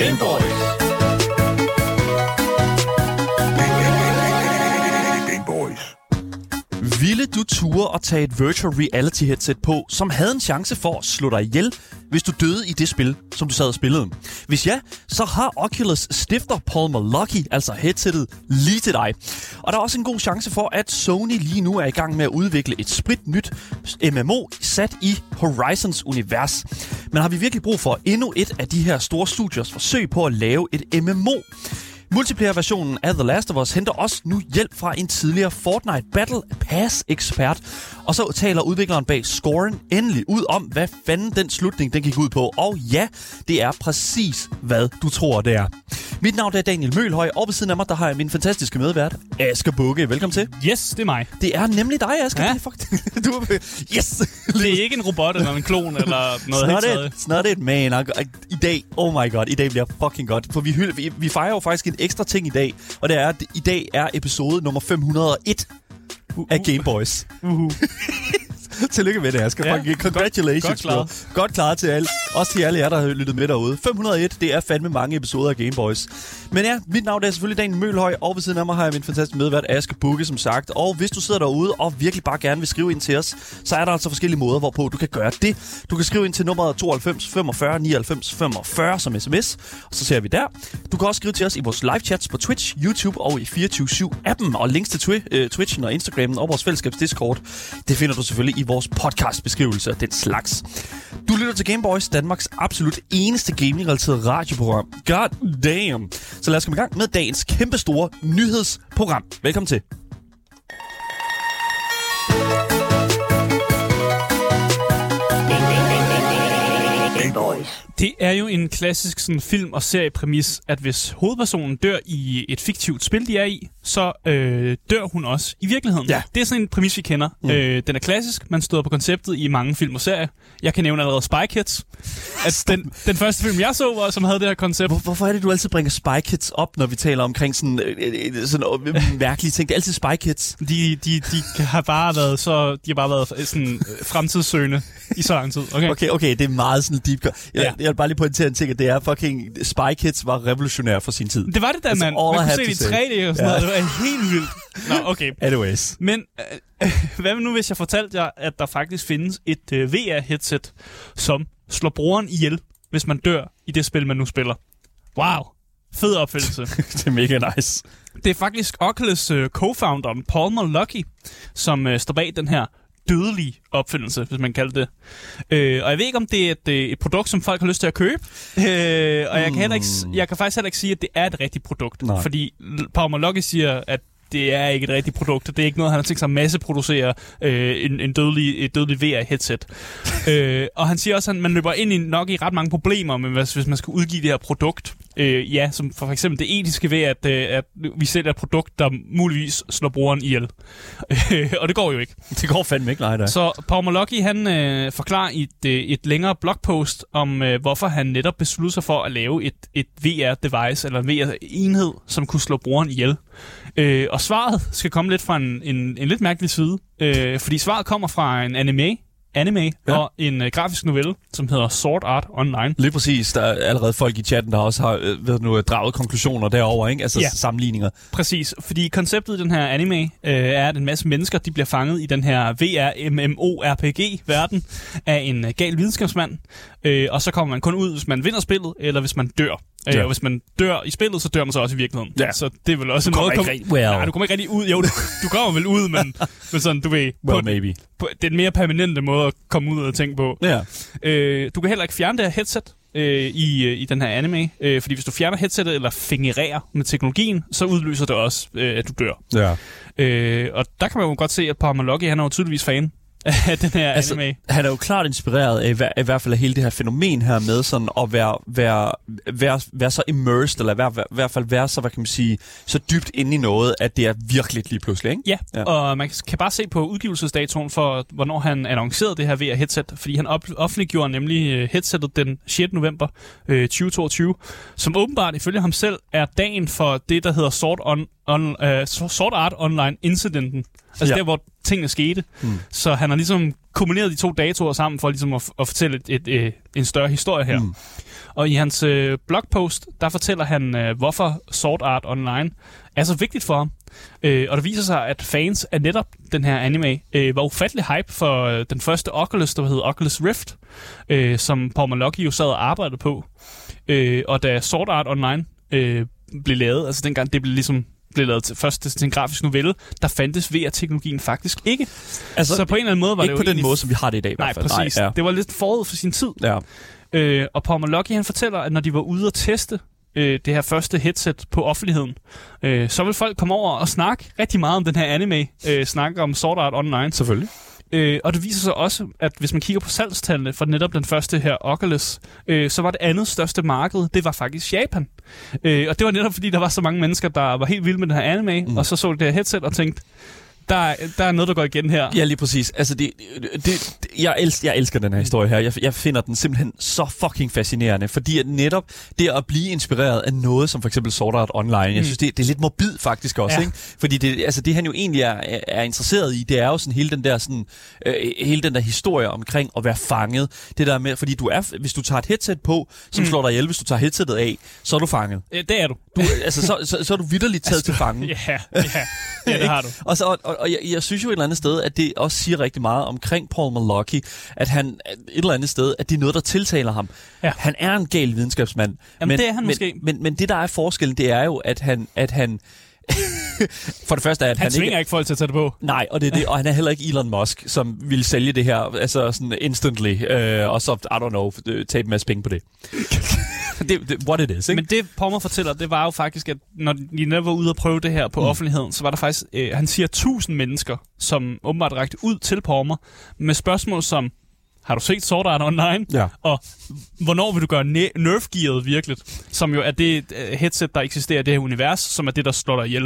Game Boys. Ville du ture at tage et virtual reality headset på, som havde en chance for at slå dig ihjel, hvis du døde i det spil, som du sad og spillede? Hvis ja, så har Oculus stifter Paul Malocki altså headsettet lige til dig. Og der er også en god chance for, at Sony lige nu er i gang med at udvikle et spritnyt MMO sat i Horizons univers. Men har vi virkelig brug for endnu et af de her store studios forsøg på at lave et MMO? Multiplayer-versionen af The Last of Us henter også nu hjælp fra en tidligere Fortnite Battle Pass-ekspert. Og så taler udvikleren bag Scoren endelig ud om, hvad fanden den slutning den gik ud på. Og ja, det er præcis, hvad du tror, det er. Mit navn er Daniel Mølhøj, og ved siden af mig, der har jeg min fantastiske medvært, Asger Bugge. Velkommen til. Yes, det er mig. Det er nemlig dig, Asger. Ja. Yes! Det er ikke en robot eller en klon eller noget helt taget. Snart et man. I dag, oh my god, i dag bliver fucking godt. For vi fejrer jo faktisk en ekstra ting i dag, og det er, at i dag er episode nummer 501 af Game Boys. Tillykke med det, Asger. Ja, Congratulations, godt klaret til alle. Også til alle jer, der har lyttet med derude. 501, det er fandme mange episoder af Game Boys. Men ja, mit navn er selvfølgelig Daniel Mølhøj, og ved siden af mig har jeg min fantastiske medvært, Asger Bugge, som sagt. Og hvis du sidder derude og virkelig bare gerne vil skrive ind til os, så er der altså forskellige måder, hvorpå du kan gøre det. Du kan skrive ind til nummeret 92 45 99 45 som sms, og så ser vi der. Du kan også skrive til os i vores live chats på Twitch, YouTube og i 24/7-appen. Og links til Twitchen og Instagramen og vores fællesskabs Discord, det finder du selvfølgelig i vores podcastbeskrivelse af den slags. Du lytter til Game Boys, Danmarks absolut eneste gaming-relateret radioprogram. God damn! Så lad os komme i gang med dagens kæmpestore nyhedsprogram. Velkommen til. Det er jo en klassisk sådan, film- og seriepræmis, at hvis hovedpersonen dør i et fiktivt spil, de er i, så dør hun også i virkeligheden. Ja. Det er sådan en præmis, vi kender. Den er klassisk. Man støder på konceptet i mange film og serier. Jeg kan nævne allerede Spy Kids. At den første film, jeg så, som havde det her koncept. Hvorfor er det, du altid bringer Spy Kids op, når vi taler omkring sådan mærkelige ting? Det er altid Spy Kids. De har bare været sådan fremtidssøgende i så lang tid. Okay, det er meget sådan deep. Jeg vil bare lige pointere en ting, at det er fucking Spy Kids var revolutionær for sin tid. Det var det da, mand. Man kunne se det i 3D og sådan noget. Det var helt vildt. Nå, okay. Anyways. Men hvad nu, hvis jeg fortalte jer, at der faktisk findes et VR-headset, som slår brugeren ihjel, hvis man dør i det spil, man nu spiller? Wow. Fed opfindelse. Det er mega nice. Det er faktisk Oculus co-founderen Paul Malocki, som står bag den her dødelige opfindelse, hvis man kalder det. Og jeg ved ikke, om det er et produkt, som folk har lyst til at købe. Og jeg kan faktisk heller ikke sige, at det er et rigtigt produkt. Nej. Fordi Paul Malocki siger, at det er ikke et rigtigt produkt. Det er ikke noget, han har tænkt sig at masseproducere et dødelig VR-headset. Og han siger også, at man løber ind nok i ret mange problemer, men hvis man skal udgive det her produkt. Som for eksempel det etiske ved, at vi sælger et produkt, der muligvis slår brugeren ihjel. Og det går jo ikke. Det går fandme ikke, nej da. Så Paul Malocki, han forklarer i et længere blogpost om, hvorfor han netop besluttede sig for at lave et VR-device, eller en VR-enhed, som kunne slå brugeren ihjel. Og svaret skal komme lidt fra en lidt mærkelig side, fordi svaret kommer fra en anime ja. Og en grafisk novelle, som hedder Sword Art Online. Lige præcis. Der er allerede folk i chatten, der også har draget konklusioner derover, ikke? Altså sammenligninger. Præcis. Fordi konceptet i den her anime er, at en masse mennesker, de bliver fanget i den her VR-MMORPG-verden af en gal videnskabsmand. Og så kommer man kun ud, hvis man vinder spillet, eller hvis man dør. Og hvis man dør i spillet, så dør man så også i virkeligheden. Ja. Så det er vel også noget... Nej, du kommer ikke rigtig ud. Jo, du kommer vel ud, men sådan, du ved... Maybe. Det er en mere permanente måde at komme ud og tænke på. Ja. Du kan heller ikke fjerne det her headset i den her anime, fordi hvis du fjerner headsettet eller fingererer med teknologien, så udløser det også, at du dør. Ja. Og der kan man jo godt se, at Paul Malocki, han er jo tydeligvis fan af den her anime. Han er jo klart inspireret af i hvert fald af hele det her fænomen her med sådan at være så immersed, eller i hvert fald være så, hvad kan man sige, så dybt inde i noget, at det er virkelig lige pludselig, ikke? Ja, og man kan bare se på udgivelsesdatoen for, hvornår han annoncerede det her VR-headset, fordi han offentliggjorde nemlig headsettet den 6. november 2022, som åbenbart ifølge ham selv er dagen for det, der hedder Sword Sword Art Online-incidenten. Altså der, hvor tingene skete. Så han har ligesom kombineret de to datoer sammen for ligesom at fortælle en større historie her. Og i hans blogpost, der fortæller han, hvorfor Sword Art Online er så vigtigt for ham. Og det viser sig, at fans af netop den her anime var ufattelig hype for den første Oculus, der hedder Oculus Rift, som Paul Malocki jo sad og arbejdede på. Og da Sword Art Online blev lavet, altså dengang det blev lavet først til en grafisk novelle, der fandtes VR-teknologien faktisk ikke. Altså, så på en eller anden måde var det jo ikke på den måde, som vi har det i dag. Nej, præcis. Nej, det var lidt forud for sin tid. Ja. Og Paul Malocki, han fortæller, at når de var ude at teste det her første headset på offentligheden, så vil folk komme over og snakke rigtig meget om den her anime, snakke om Sword Art Online. Selvfølgelig. Og det viser sig også, at hvis man kigger på salgstallene for netop den første her Oculus, så var det andet største marked, det var faktisk Japan. Og det var netop fordi, der var så mange mennesker, der var helt vilde med den her anime, og så det her headset og tænkte, der er noget, der går igen her. Ja, lige præcis. Altså, jeg elsker den her historie her. Jeg finder den simpelthen så fucking fascinerende, fordi at netop det at blive inspireret af noget, som for eksempel Sword Art Online, jeg synes, det er lidt morbid faktisk også, ikke? Fordi det han jo egentlig er interesseret i, det er jo sådan hele den der historie omkring at være fanget. Det der med, fordi hvis du tager et headset på, som slår dig ihjel, hvis du tager headsetet af, så er du fanget. Det er du. Så er du vitterligt taget til fange. Ja, det har du. Og jeg synes jo et eller andet sted, at det også siger rigtig meget omkring Paul Malocki, at han et eller andet sted, at det er noget, der tiltaler ham. Ja. Han er en gal videnskabsmand. Jamen, det er han måske. Men det, der er forskellen, det er jo, at han for det første er, at han tvinger ikke folk til at tage det på. Nej, og det er det, og han er heller ikke Elon Musk, som ville sælge det her, altså sådan instantly, og så, I don't know, tabe en masse penge på det. What it is, ikke? Men det Palmer fortæller, det var jo faktisk, at når de netop var ude og prøve det her på offentligheden, så var der faktisk, han siger 1000 mennesker, som åbenbart rakte ud til Palmer, med spørgsmål som, har du set Sword Art Online? Ja. Og hvornår vil du gøre nerfgearet virkeligt? Som jo er det headset, der eksisterer i det her univers, som er det, der slår dig ihjel.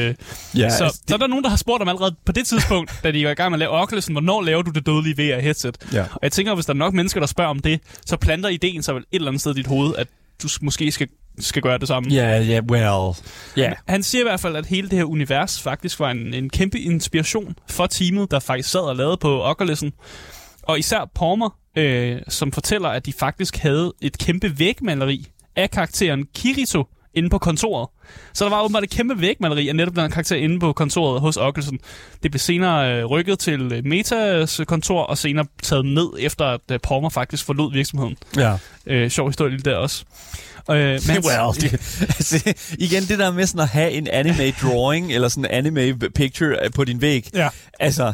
Så der er nogen, der har spurgt om allerede på det tidspunkt, da de var i gang med at lave Oculus'en, hvornår laver du det dødelige VR-headset? Ja. Og jeg tænker, hvis der er nok mennesker, der spørger om det, så planter ideen sig vel et eller andet sted i dit hoved, at du måske skal gøre det samme. Yeah. Han siger i hvert fald, at hele det her univers faktisk var en kæmpe inspiration for teamet, der faktisk sad og lavede på Oculus'en. Og især Palmer, som fortæller, at de faktisk havde et kæmpe vægmaleri af karakteren Kirito inde på kontoret. Så der var åbenbart et kæmpe vægmaleri af netop den karakter inde på kontoret hos Oculus'en. Det blev senere rykket til Metas kontor, og senere taget ned, efter at Palmer faktisk forlod virksomheden. Ja. Sjov historie lige der også. Igen, det der med sådan at have en anime drawing, eller sådan en anime picture på din væg. Ja. Altså...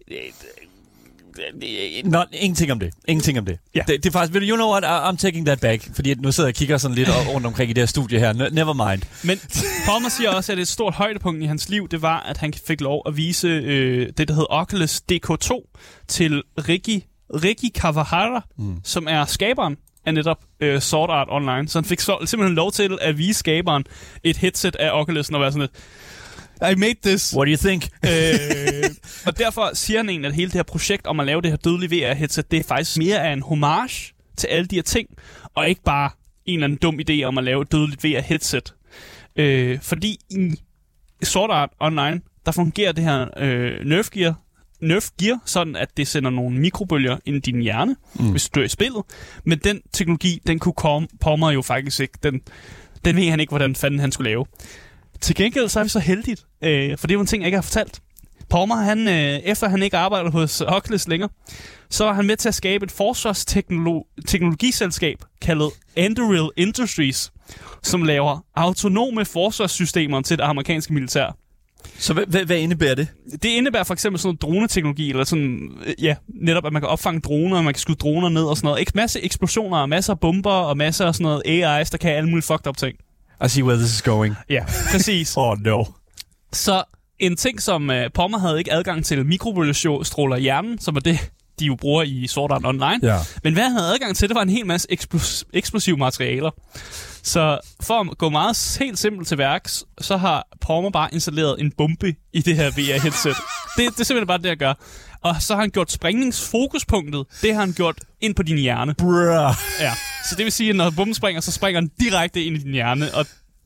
Ingenting om det. Ja. Det er faktisk, you know what, I'm taking that back. Fordi nu sidder jeg og kigger sådan lidt rundt omkring i det her studie her. Never mind. Men Palmer siger også, at et stort højdepunkt i hans liv, det var, at han fik lov at vise det, der hed Oculus DK2 til Riki Kawahara, som er skaberen af netop Sword Art Online. Så han fik simpelthen lov til at vise skaberen et headset af Oculus'en og være sådan lidt, I made this. What do you think? Og derfor siger han egentlig, at hele det her projekt om at lave det her dødelige VR-headset, det er faktisk mere af en homage til alle de her ting, og ikke bare en eller anden dum idé om at lave et dødeligt VR-headset. Fordi i Sword Art Online, der fungerer det her nerfgear, sådan at det sender nogle mikrobølger ind i din hjerne, hvis du dør i spillet. Men den teknologi, den kunne Palmer jo faktisk ikke. Den ved han ikke, hvordan fanden han skulle lave. Til gengæld så er vi så heldigt, for det er jo en ting, jeg ikke har fortalt. Palmer, han, efter han ikke arbejder hos Oculus længere, så var han med til at skabe et forsvarsteknologiselskab kaldet Anduril Industries, som laver autonome forsvarssystemer til det amerikanske militær. Så hvad indebærer det? Det indebærer for eksempel sådan noget droneteknologi, eller sådan, netop at man kan opfange droner, og man kan skyde droner ned og sådan noget. Masse eksplosioner, masser af bomber og masser af sådan noget AI's, der kan alle mulige fucked up ting. I see where this is going. Ja, præcis. Oh no. Så en ting, som Palmer havde ikke adgang til mikrobølgestråler i hjernen, som er det, de jo bruger i Sword Art Online. Ja. Men hvad han havde adgang til, det var en hel masse eksplosive materialer. Så for at gå meget helt simpelt til værks, så har Palmer bare installeret en bombe i det her VR-headset. Det er simpelthen bare det, jeg gør. Og så har han gjort sprængningsfokuspunktet, det har han gjort ind på din hjerne. Bruh. Ja. Så det vil sige, at når bomben springer, så springer den direkte ind i din hjerne. Og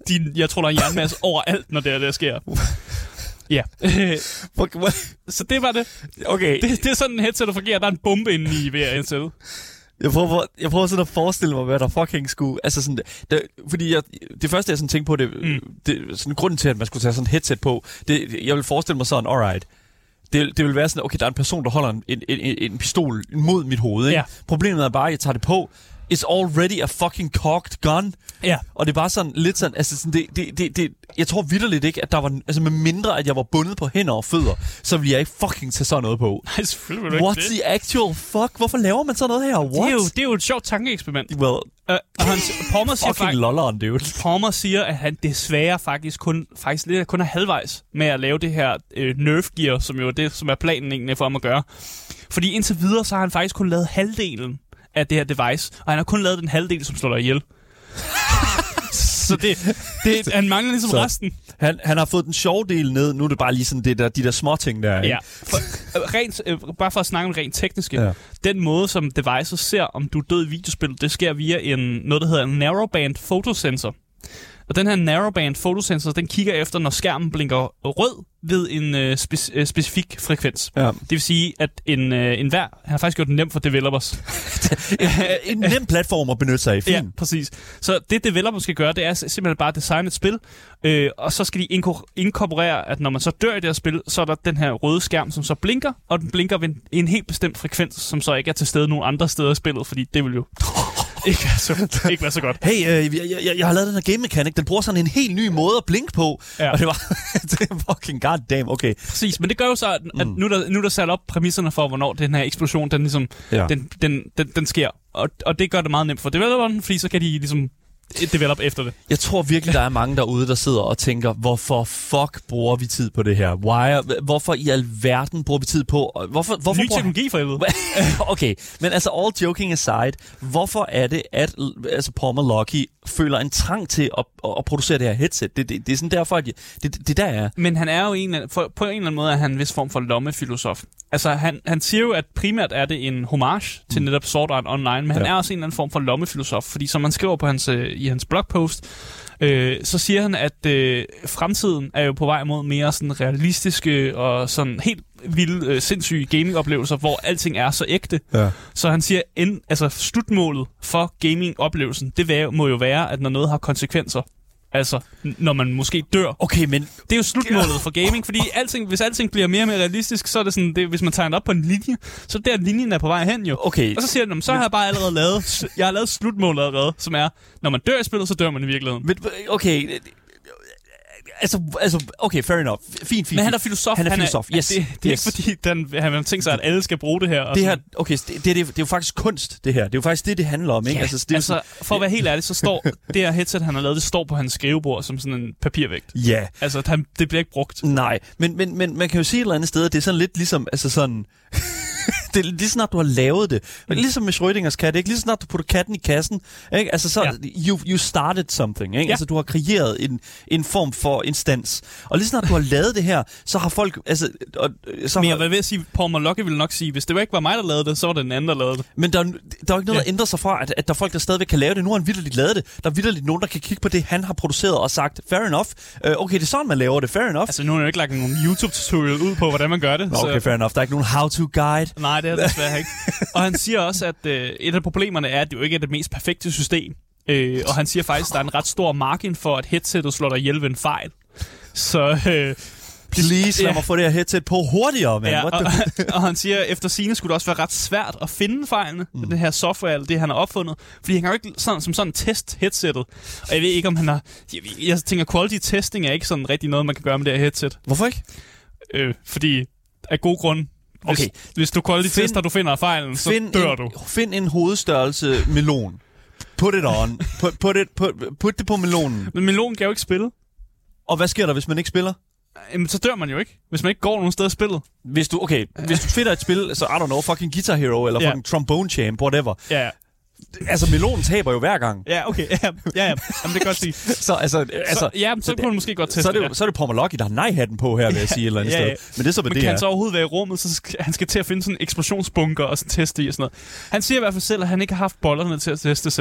jeg tror, der er en jernmasse overalt, når det sker. Ja. Så det var det. Okay. Det er sådan, en headset fungerer. Der er en bombe inde i VR-headsetet. Jeg prøver sådan at forestille mig, hvad der fucking skulle... Altså sådan... Fordi det første, jeg sådan tænkte på, det sådan grunden til, at man skulle tage sådan et headset på, jeg vil forestille mig sådan, alright. Det vil være sådan, okay, der er en person, der holder en pistol mod mit hoved, ikke? Ja. Problemet er bare, at jeg tager det på. It's already a fucking cocked gun. Ja. Og det er bare sådan lidt sådan, altså sådan, jeg tror vitterligt ikke, at der var, altså med mindre, at jeg var bundet på hænder og fødder, så ville jeg ikke fucking tage sådan noget på. Nej, selvfølgelig ikke. What's the actual fuck? Hvorfor laver man sådan noget her? What? Det er jo et sjovt tankeeksperiment. Well, Palmer siger fucking lolleren, dude. Palmer siger, at han desværre faktisk kun er halvvejs med at lave det her Nerf Gear, som jo er det, som er planen egentlig for ham at gøre. Fordi indtil videre, så har han faktisk kun lavet halvdelen af det her device, og han har kun lavet den halvdel, som slår dig ihjel. Så han mangler ligesom så resten. Han har fået den sjove del ned, nu er det bare lige sådan de der små ting der. Ja. Bare for at snakke om rent tekniske. Ja. Den måde, som devices ser, om du er død i videospil, det sker via noget, der hedder en narrowband photosensor. Og den her narrowband photosensor, den kigger efter, når skærmen blinker rød ved en specifik frekvens. Ja. Det vil sige, at en han har faktisk gjort det nemt for developers. En nem platform at benytte sig af. Ja, præcis. Så det developers skal gøre, det er simpelthen bare at designe et spil, og så skal de inkorporere, at når man så dør i det her spil, så er der den her røde skærm, som så blinker, og den blinker ved en helt bestemt frekvens, som så ikke er til stede nogen andre steder i spillet, fordi det vil jo... ikke være så godt. Hey, jeg har lavet den her game mechanic. Den bruger sådan en helt ny måde at blinke på. Ja. Og det var fucking goddamn, okay. Præcis, men det gør jo så, at nu er der sat op præmisserne for, hvornår den her eksplosion, den ligesom, den sker. Og det gør det meget nemt for developeren, fordi så kan de ligesom develop efter det. Jeg tror virkelig, der er mange derude, der sidder og tænker, hvorfor fuck bruger vi tid på det her? Hvorfor i alverden bruger vi tid på? Hvorfor ny teknologi for helvede. Okay, men altså all joking aside, hvorfor er det, at Palmer Luckey føler en trang til at producere det her headset? Det er sådan derfor, at det der er. Men han er jo på en eller anden måde er han en vis form for lommefilosof. Altså, han siger jo, at primært er det en homage til netop Sword Art Online, men han er også en eller anden form for lommefilosof, fordi som man skriver på i hans blogpost, så siger han, at fremtiden er jo på vej mod mere sådan realistiske og sådan helt vilde, sindssyge gaming-oplevelser, hvor alting er så ægte. Ja. Så han siger, slutmålet for gaming-oplevelsen, det må jo være, at når noget har konsekvenser, altså, når man måske dør. Okay, men... Det er jo slutmålet for gaming, fordi hvis alting bliver mere og mere realistisk, så er det sådan, hvis man tegner op på en linje, så der linjen er på vej hen jo. Okay. Og så siger han, så har jeg bare allerede lavet slutmålet allerede, som er, når man dør i spillet, så dør man i virkeligheden. Men, okay... Altså, okay, fair enough. Fint. Men han er filosof. Han er filosof, yes. Det er ikke fordi, han har tænkt sig, at alle skal bruge det her. Det her, okay, det er jo faktisk kunst, det her. Det er jo faktisk det handler om, ikke? Ja, for at være helt ærlig, så står det her headset, han har lavet, det står på hans skrivebord som sådan en papirvægt. Ja. Altså, det bliver ikke brugt. Nej, men man kan jo sige et eller andet sted, at det er sådan lidt ligesom, altså sådan... Det er lige snart, du har lavet det. Ligesom med Schrödingers kat, ikke? Lige snart, du putter katten i kassen, ikke? Altså, så you started something, ikke? Ja. Altså, du har kreeret en form for instans. Og lige snart, du har lavet det her, så har folk... Altså, men jeg vil sige, Palmer Luckey ville nok sige, hvis det ikke var mig, der lavede det, så var det den anden, der lavede det. Men der er jo ikke noget, der ændrer sig fra, at der er folk, der stadigvæk kan lave det. Nu har han vitterligt lavet det. Der er vitterligt nogen, der kan kigge på det, han har produceret og sagt, fair enough. Okay, det er sådan, man laver det. Fair enough. Altså, nu har jeg ikke lagt nogen YouTube-tutorial ud på, hvordan man gør det. Okay, fair enough. Der er ikke nogen how-to-guide. Nej, det er desværre ikke. Og han siger også, at et af problemerne er, at det jo ikke er det mest perfekte system. Og han siger faktisk, at der er en ret stor margin for, at headsetet slår dig ihjel ved en fejl. Så... Please, lad mig få det her headset på hurtigere, man. Ja, og han siger, at efter sigende skulle det også være ret svært at finde fejlene, det her software, eller det han har opfundet, fordi han kan jo ikke sådan test headsetet. Og jeg ved ikke, om han har... Jeg tænker, quality testing er ikke sådan rigtig noget, man kan gøre med det her headset. Hvorfor ikke? Fordi af god grund. Hvis du quality tester, du finder fejlen, så dør du. Find en hovedstørrelse melon. Put it on. Put det på melonen. Men melonen kan jo ikke spille. Og hvad sker der, hvis man ikke spiller? Jamen, så dør man jo ikke, hvis man ikke går nogen steder i spillet. Hvis du finder et spil, så I don't know, fucking Guitar Hero, eller fucking Trombone Champ, whatever. Ja. Altså, melonen taber jo hver gang. Ja, okay. Ja. Jamen, det kan godt sige. Så kunne man måske godt teste så er det Palmer Luckey, der har nej-hatten på her, vil jeg sige, et eller andet sted. Men det er så, hvad det er. Kan han så overhovedet være i rummet, så han skal til at finde sådan en eksplosionsbunker og sådan teste i og sådan noget. Han siger i hvert fald selv, at han ikke har haft bollerne til at teste selv.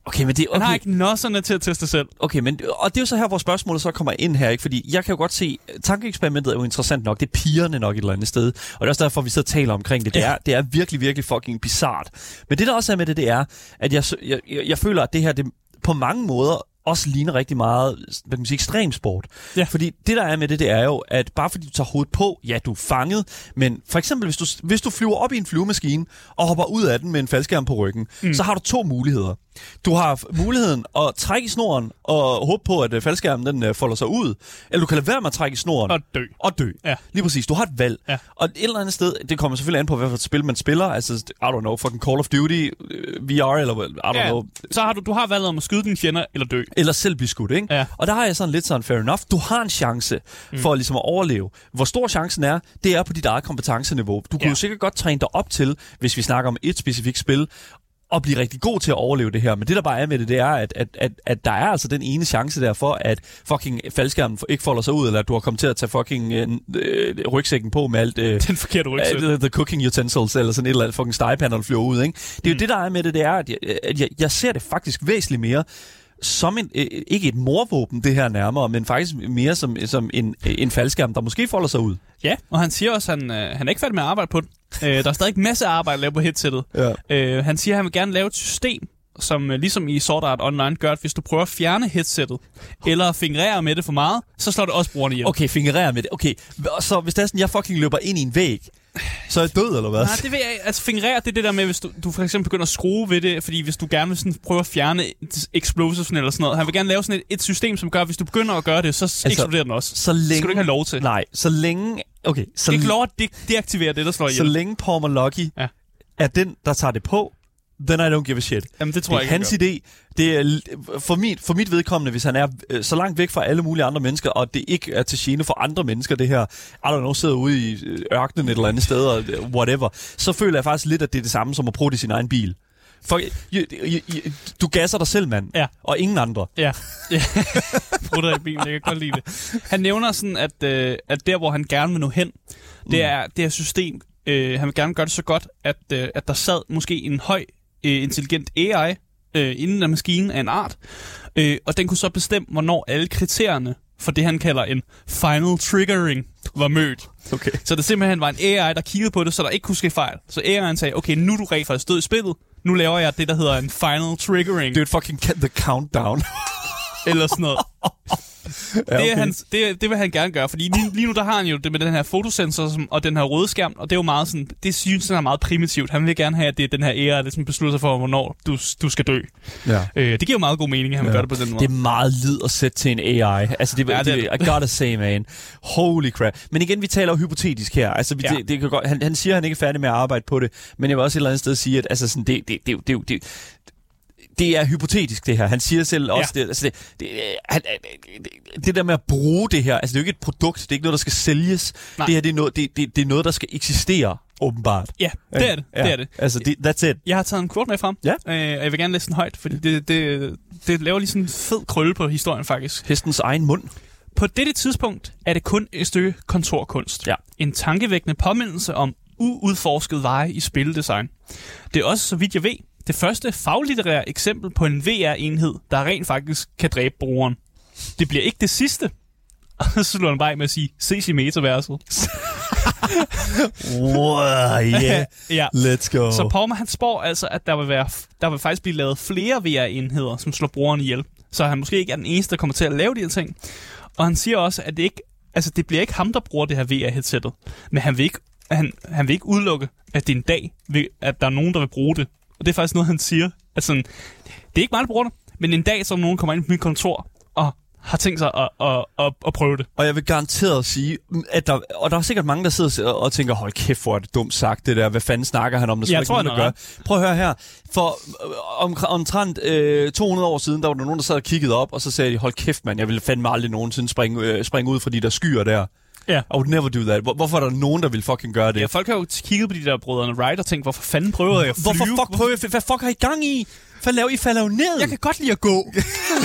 Okay, men Han har ikke nosserne til at teste selv. Okay, men og det er jo så her, hvor spørgsmålet så kommer ind her, ikke? Fordi jeg kan jo godt se, tankeeksperimentet er jo interessant nok. Det er pigerne nok et eller andet sted. Og det er også derfor, vi sidder og taler omkring det. Det er virkelig, virkelig fucking bizart. Men det, der også er med det er, at jeg føler, at det her, det på mange måder også ligner rigtig meget, hvad kan man sige, ekstremsport. Ja. Fordi det, der er med det er jo, at bare fordi du tager hovedet på, ja, du er fanget, men for eksempel, hvis du flyver op i en flyvemaskine og hopper ud af den med en faldskærm på ryggen, så har du 2 muligheder. Du har muligheden at trække i snoren og håbe på, at faldskærmen den folder sig ud, eller du kan lade være med at trække i snoren og dø. Ja. Lige præcis. Du har et valg. Ja. Og et eller andet sted, det kommer selvfølgelig an på, hvad for et spil man spiller. Altså, I don't know, fucking Call of Duty, VR, eller I don't know. Så du har valget om at skyde dine fjender eller dø. Eller selv blive skudt, ikke? Ja. Og der har jeg sådan lidt sådan, fair enough. Du har en chance for ligesom at overleve. Hvor stor chancen er, det er på dit eget kompetenceniveau. Du kunne jo sikkert godt træne dig op til, hvis vi snakker om et specifikt spil, og blive rigtig god til at overleve det her. Men det, der bare er med det er, at der er altså den ene chance der for, at fucking faldskærmen ikke folder sig ud, eller at du har kommet til at tage fucking rygsækken på med alt... den forkerte rygsæk. The cooking utensils, eller sådan et eller andet fucking stegepande, der flyver ud, ikke? Det er jo det, der er med det er, at jeg ser det faktisk væsentligt mere som ikke et morvåben, det her nærmere, men faktisk mere som en faldskærm, der måske folder sig ud. Ja, og han siger også, at han er ikke færdig med at arbejde på det. Der er stadig en masse arbejde at lave på headsettet. Ja. Han siger, at han vil gerne lave et system, som ligesom i Sword Art Online gør, at hvis du prøver at fjerne headsettet, eller fingerere med det for meget, så slår det også brugerne ihjel. Okay, fingerere med det. Okay, så hvis det er sådan, jeg fucking løber ind i en væg, så er jeg død, eller hvad? Nej, det vil jeg... Altså, fingerere, det er det der med, hvis du for eksempel begynder at skrue ved det, fordi hvis du gerne vil sådan prøve at fjerne explosives eller sådan noget, han vil gerne lave sådan et system, som gør, at hvis du begynder at gøre det, så eksploderer den også. Så længe... Det skal du ikke have lov til. Nej, så længe... Okay, så ikke lov at deaktivere det, der slår ihjel. Så længe Paul Malocki er den, der tager det på, then I don't give a shit. Jamen, det tror jeg ikke. Hans idé, det er for mit vedkommende, hvis han er så langt væk fra alle mulige andre mennesker, og det ikke er til gene for andre mennesker, det her, I don't know, sidder ude i ørkenen et eller andet sted, og whatever, så føler jeg faktisk lidt, at det er det samme som at prøve det i sin egen bil. Du gasser dig selv, mand. Ja. Og ingen andre. Ja. Prutter i bilen, jeg kan godt lide det. Han nævner sådan, at der, hvor han gerne vil nå hen, det er det her system. Han vil gerne gøre det så godt, at der sad måske en høj, intelligent AI inden af maskinen af en art. Og den kunne så bestemme, hvornår alle kriterierne for det, han kalder en final triggering, var mødt. Okay. Så det simpelthen var en AI, der kiggede på det, så der ikke kunne ske fejl. Så AI'en sagde, okay, nu er du rent faktisk død i spillet. Nu laver jeg det, der hedder en final triggering. Det er et fucking the countdown. Eller sådan noget. Ja, okay. Det vil han gerne gøre, fordi lige nu der har han jo det med den her fotosensor og den her røde skærm, og det er jo meget sådan, det synes han er meget primitivt. Han vil gerne have, at det er den her AI, der sådan beslutter sig for, hvornår du skal dø. Ja. Det giver jo meget god mening, at han vil gøre det på den måde. Det er meget lid at sætte til en AI. Altså, I gotta say, man. Holy crap. Men igen, vi taler jo hypotetisk her. Altså, det kan godt, han siger, at han ikke er færdig med at arbejde på det, men jeg vil også et eller andet sted sige, at altså, sådan, det er hypotetisk, det her. Han siger selv også, det der med at bruge det her, altså det er jo ikke et produkt, det er ikke noget, der skal sælges. Nej. Det her, det er noget, der skal eksistere, åbenbart. Ja, det er det. Ja. Det er det. Altså, that's it. Jeg har taget en quote med frem, og jeg vil gerne læse den højt, fordi det laver lige sådan en fed krølle på historien, faktisk. Hestens egen mund. På dette tidspunkt er det kun et stykke kontorkunst. Ja. En tankevækkende påmindelse om uudforsket veje i spildesign. Det er også, så vidt jeg ved, det første faglitterære eksempel på en VR-enhed, der rent faktisk kan dræbe brugeren. Det bliver ikke det sidste. Og så slutter han bare med at sige, ses i metaverset. Yeah. Ja. Let's go. Så Paul, han spår altså, at der vil faktisk blive lavet flere VR-enheder, som slår brugeren ihjel. Så han måske ikke er den eneste, der kommer til at lave de her ting. Og han siger også, at det bliver ikke ham, der bruger det her VR-headsettet. Men han vil ikke udelukke, at det en dag, at der er nogen, der vil bruge det. Og det er faktisk noget, han siger. At sådan, det er ikke mig, der bruger det, men en dag, så nogen kommer ind på mit kontor og har tænkt sig at prøve det. Og jeg vil garanteret sige, at der er sikkert mange, der sidder og tænker, hold kæft, hvor er det dumt sagt, det der. Hvad fanden snakker han om? Der jeg tror, ikke nogen, der gør. Prøv at høre her. For omtrent 200 år siden, der var der nogen, der sad og kiggede op, og så sagde de, hold kæft, mand, jeg ville fandme aldrig nogensinde springe ud fra de der skyer der. Ja. I would never do that. Hvorfor er der nogen, der vil fucking gøre det? Ja, folk har jo kigget på de der brødrene Wright og tænkt, hvorfor fanden prøver jeg at flyve? Hvad fuck har I gang i? Hvad laver I? Falder jo ned. Jeg kan godt lide at gå.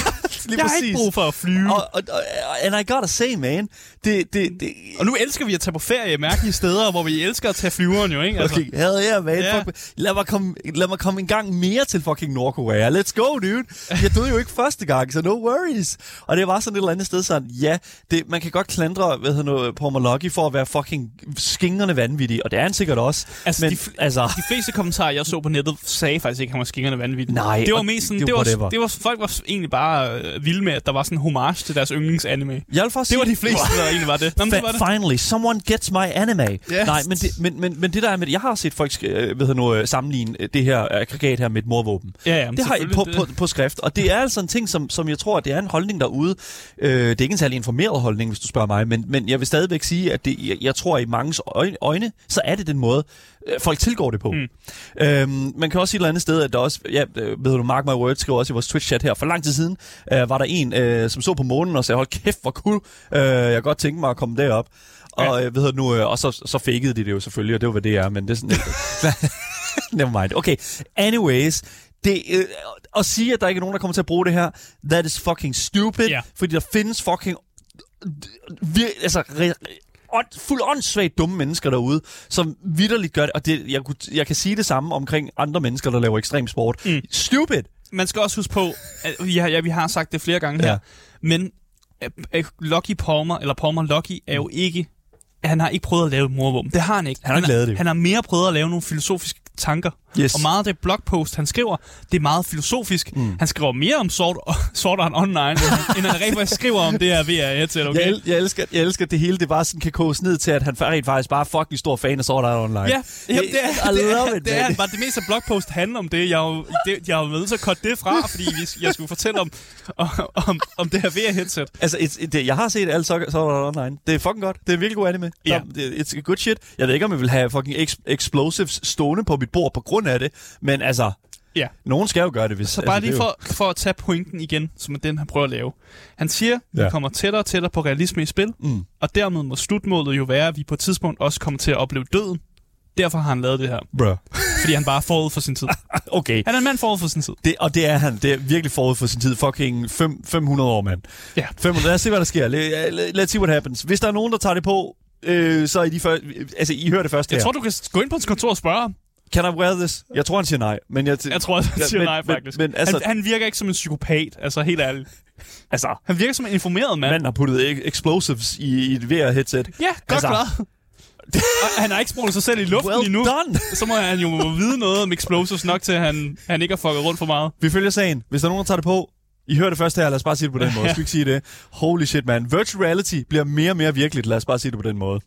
lige jeg præcis. har ikke brug for at flyve. And I gotta say, man, Og nu elsker vi at tage på ferie mærkelige steder, hvor vi elsker at tage flyveren jo, ikke? Altså. Okay, hell yeah, man. Ja. Fuck, lad mig komme en gang mere til fucking Nordkorea. Let's go, dude. Jeg døde jo ikke første gang, så no worries. Og det var sådan et eller andet sted sådan, ja, man kan godt klandre, Paul Mallocky for at være fucking skingerne vanvittig, og det er han sikkert også. Altså, men, de fleste kommentarer, jeg så på nettet, sagde faktisk ikke, at han var skingerne vanvittig. Nej. Det var mest sådan, folk var egentlig bare vilde med, at der var sådan en homage til deres yndlingsanime. Det var de fleste, der egentlig var det. Nå, det var det. Finally, someone gets my anime. Yes. Nej, men det der er med det, jeg har set folk sammenligne det her aggregat her med et mordvåben. Ja, det har jeg på skrift, og det er altså en ting, som jeg tror, at det er en holdning derude. Det er ikke en særlig informeret holdning, hvis du spørger mig, men jeg vil stadigvæk sige, at jeg tror, at i manges øjne, så er det den måde, folk tilgår det på. Man kan også sige et eller andet sted, at der også, Mark My Words skriver også i vores Twitch-chat her, for lang tid siden, var der en, som så på månen og sagde, hold kæft, hvor cool, jeg kan godt tænke mig at komme derop. Og, og så fakede de det jo selvfølgelig, og det var, hvad det er, men det er sådan... Never mind. Okay, anyways... at sige, at der ikke er nogen, der kommer til at bruge det her, that is fucking stupid, fordi der findes fucking... fuldt åndssvagt dumme mennesker derude, som vitterligt gør det, og jeg kan sige det samme omkring andre mennesker, der laver ekstrem sport. Stupid! Man skal også huske på, at vi har sagt det flere gange her, men Lucky Palmer, eller Palmer Lucky, er jo ikke... Han har ikke prøvet at lave et mordvåben. Det har han ikke. Han har ikke lavet det. Han har mere prøvet at lave nogle filosofiske tanker. Yes. Og meget af det blogpost, han skriver, det er meget filosofisk. Han skriver mere om Sword Art Online, end han rent faktisk skriver om det her VR-headset. Okay? Jeg elsker det hele. Det bare sådan kan koges ned til, at han rent faktisk bare er fucking stor fan af Sword Art Online. Ja, det er bare det meste af blogpost handler om det. Jeg har jo nødt til at cutte det fra, fordi jeg skulle fortælle om det her VR-headset. Altså, jeg har set alt Sword Art Online. Det er fucking godt. Det er virkelig god anime. Ja. It's good shit. Jeg ved ikke, om jeg vil have fucking explosives stående på mit bord på grund af det, men altså, nogen skal jo gøre det, hvis... Så bare lige for at tage pointen igen, som er den, han prøver at lave. Han siger, vi kommer tættere og tættere på realisme i spil, og dermed må slutmålet jo være, at vi på et tidspunkt også kommer til at opleve døden. Derfor har han lavet det her. Bruh. Fordi han bare er forud for sin tid. Okay. Han er en mand forud for sin tid. Det er han. Det er virkelig forud for sin tid. Fucking 500 år, mand. Ja. 500. Lad os se, hvad der sker. Let's see what happens. Hvis der er nogen, der tager det på, så er de først... Altså, I hører det først her. Jeg tror, du kan gå ind på hans kontor og spørge ham. Can I wear this? Jeg tror, han siger nej. Men jeg tror, han siger nej, faktisk. Men, altså, han virker ikke som en psykopat, altså helt ærligt. Altså, han virker som en informeret mand. Manden har puttet explosives i et VR-headset. Ja, godt klart. Han har ikke sprunget sig selv i luften endnu. Done. Så må han jo vide noget om explosives nok til, at han ikke har fucket rundt for meget. Vi følger sagen. Hvis der er nogen, der tager det på, I hører det først her, lad os bare sige det på den måde. Skal vi ikke sige det? Holy shit, man. Virtual reality bliver mere og mere virkeligt. Lad os bare sige det på den måde.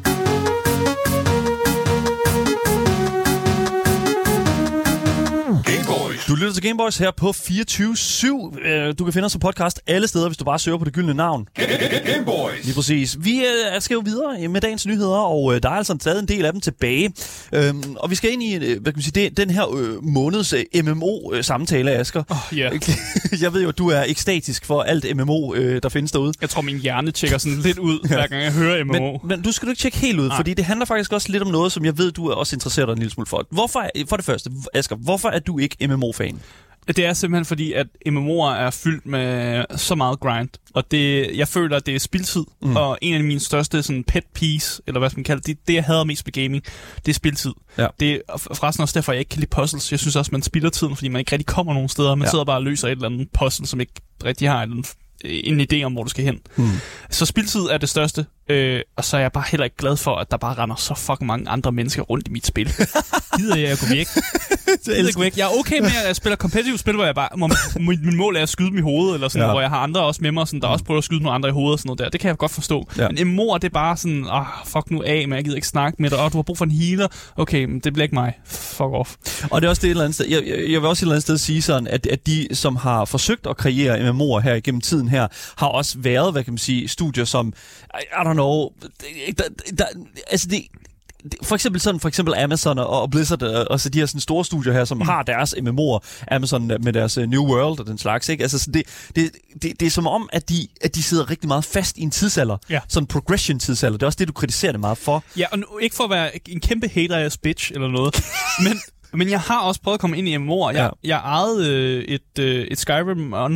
Du lytter til Gameboys her på 24/7. Du kan finde os på podcast alle steder, hvis du bare søger på det gyldne navn. Gameboys! Lige præcis. Vi skal jo videre med dagens nyheder, og der er altså stadig en del af dem tilbage. Og vi skal ind i den her måneds MMO-samtale, Asger. Jeg ved jo, at du er ekstatisk for alt MMO, der findes derude. Jeg tror, min hjerne tjekker sådan lidt ud, hver gang jeg hører MMO. Men du skal ikke tjekke helt ud, fordi det handler faktisk også lidt om noget, som jeg ved, du er også interesseret dig en lille smule for. For det første, Asger, hvorfor er du ikke MMO-fan? Det er simpelthen fordi, at MMO'er er fyldt med så meget grind, og jeg føler, at det er spildtid, og en af mine største sådan, pet peeves, eller hvad man kalder det, det jeg hader mest med gaming, det er spildtid. Ja. Det er forresten også derfor, jeg ikke kan lide puzzles. Jeg synes også, man spilder tiden, fordi man ikke rigtig kommer nogen steder. Man sidder bare og løser et eller andet puzzle, som ikke rigtig har en idé om, hvor du skal hen. Så spildtid er det største, og så er jeg bare heller ikke glad for, at der bare render så fucking mange andre mennesker rundt i mit spil. Gider jeg gå væk? Jeg er okay med at spille competitive spil, hvor jeg bare min mål er at skyde dem i hovedet, eller sådan, hvor jeg har andre også med mig, sådan, der også prøver at skyde nogle andre i hovedet og sådan noget der. Det kan jeg godt forstå. Ja. Men MMO'er, det er bare sådan, fuck nu af, men jeg gider ikke snakke med dig. Du har brug for en healer. Okay, men det bliver ikke mig. Fuck off. Og det er også det et eller andet sted. Jeg vil også et eller andet sted sige sådan, at de, som har forsøgt at kreere MMO'er her igennem tiden her, har også været, hvad kan man sige, studier som, I don't know, altså det... For eksempel Amazon og Blizzard og så de her sådan store studier her, som har deres MMO'er, Amazon med deres New World og den slags, ikke? Altså det er som om, at de sidder rigtig meget fast i en tidsalder. Ja. Sådan en progression-tidsalder. Det er også det, du kritiserer det meget for. Ja, og ikke for at være en kæmpe hater-ass bitch eller noget, men jeg har også prøvet at komme ind i MMO'er. Jeg ejede et Skyrim Online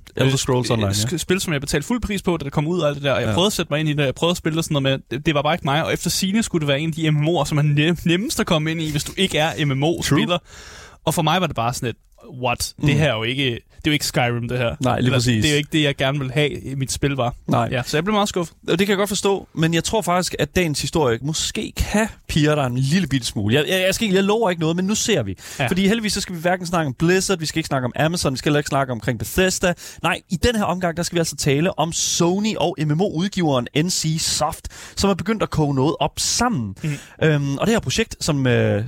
Elder Scrolls Online, ja. Spil, som jeg betalte fuld pris på, da det kom ud og alt det der. Og jeg prøvede at sætte mig ind i det, jeg prøvede at spille det sådan noget med, det var bare ikke mig. Og efter sigende skulle det være en af de MMO'er, som er nemmest at komme ind i, hvis du ikke er MMO-spiller. Og for mig var det bare sådan et, what? Det her er jo ikke... Det er jo ikke Skyrim, det her. Nej, lige præcis. Det er jo ikke det, jeg gerne vil have, mit spil var. Nej. Ja, så jeg blev meget skuffet. Det kan jeg godt forstå, men jeg tror faktisk, at dagens historie måske kan pirre dig en lille bitte smule. Jeg lover ikke noget, men nu ser vi. Ja. Fordi heldigvis så skal vi hverken snakke om Blizzard, vi skal ikke snakke om Amazon, vi skal heller ikke snakke omkring Bethesda. Nej, i den her omgang, der skal vi altså tale om Sony og MMO-udgiveren NCSoft, som er begyndt at koge noget op sammen. Og det her projekt, som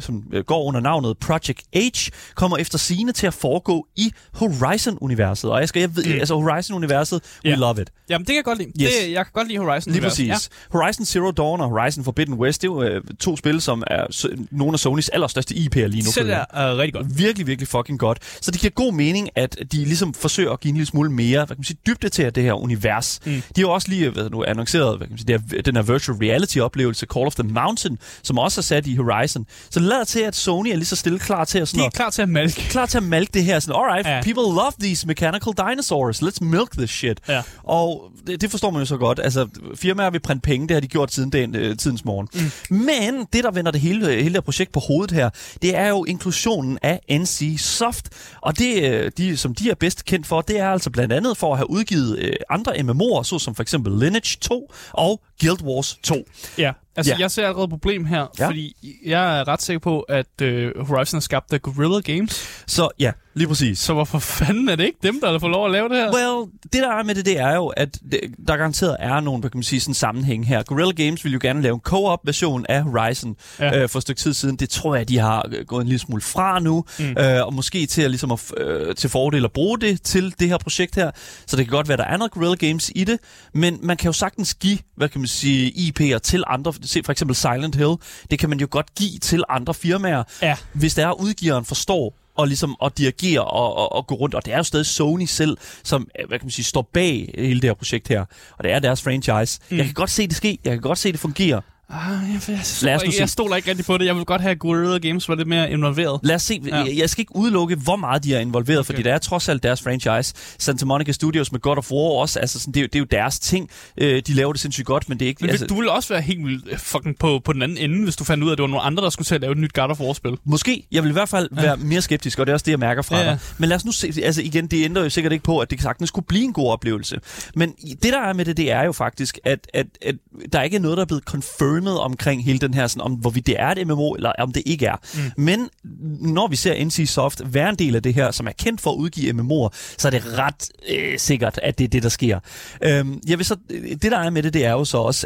går under navnet Project H, kommer efter sigende til at foregå i Horizon-universet. Og jeg ved, altså Horizon-universet, we love it. Jamen, det kan jeg godt lide. Yes. Jeg kan godt lide Horizon-universet. Lige præcis. Ja. Horizon Zero Dawn og Horizon Forbidden West, det er jo to spil, som er nogle af Sonys allerstørste IP'er lige nu. Det selv er rigtig godt. Virkelig, virkelig fucking godt. Så det giver god mening, at de ligesom forsøger at give en lille smule mere, hvad kan man sige, dybde til det her univers. De har jo også lige annonceret, hvad kan man sige, den her virtual reality-oplevelse, Call of the Mountain, som også er sat i Horizon. Så det lader til, at Sony er lige så stille klar til at... De er klar til at malke. Klar til at malke det her. Sådan, alright, people love these mechanical dinosaurs. Let's milk this shit. Ja. Og det forstår man jo så godt. Altså, firmaer vil printe penge, det har de gjort siden tidens morgen. Men det, der vender det hele her projekt på hovedet her, det er jo inklusionen af NCSoft. Og det, som de er bedst kendt for, det er altså blandt andet for at have udgivet andre MMO'er, såsom for eksempel Lineage 2 og Guild Wars 2. Ja. Altså, jeg ser allerede et problem her, fordi jeg er ret sikker på, at Horizon er skabt af Guerrilla Games. Så ja, lige præcis. Så hvorfor fanden er det ikke dem, der får lov at lave det her? Well, det der er med det er jo, at der garanteret er nogle, hvad kan man sige, sådan sammenhæng her. Guerrilla Games vil jo gerne lave en co-op-version af Horizon for et stykke tid siden. Det tror jeg, de har gået en lille smule fra nu, og måske til at, ligesom til fordel at bruge det til det her projekt her. Så det kan godt være, der er noget Guerrilla Games i det, men man kan jo sagtens give, hvad kan man sige, IP'er til andre. Se for eksempel Silent Hill. Det kan man jo godt give til andre firmaer, hvis der er udgiveren forstår og ligesom at dirigere og gå rundt. Og det er jo stadig Sony selv, som, hvad kan man sige, står bag hele det her projekt her. Og det er deres franchise. Jeg kan godt se det ske. Jeg kan godt se det fungere. Jeg stoler ikke rigtig på det. Jeg vil godt have Guerrilla Games var lidt mere involveret. Lad os se. Ja. Jeg skal ikke udelukke, hvor meget de er involveret, fordi det er trods alt deres franchise. Santa Monica Studios med God of War også. Altså, sådan, det er jo deres ting. De laver det sindssygt godt, men det er ikke... Men du ville også være helt vildt fucking på den anden ende, hvis du fandt ud af, at det var nogle andre, der skulle til at lave et nyt God of War-spil. Måske. Jeg vil i hvert fald være mere skeptisk, og det er også det, jeg mærker fra dig. Men lad os nu se... Altså igen, det ændrer jo sikkert ikke på, at det sagtens skulle blive en god oplevelse. Men det, der er med det er jo faktisk, at der ikke er noget, der er blevet confirmed omkring hele den her, sådan, om hvorvidt det er et MMO, eller om det ikke er. Men når vi ser NCSoft være en del af det her, som er kendt for at udgive MMO'er, så er det ret sikkert, at det er det, der sker. Jeg vil så, det, der er med det er jo så også,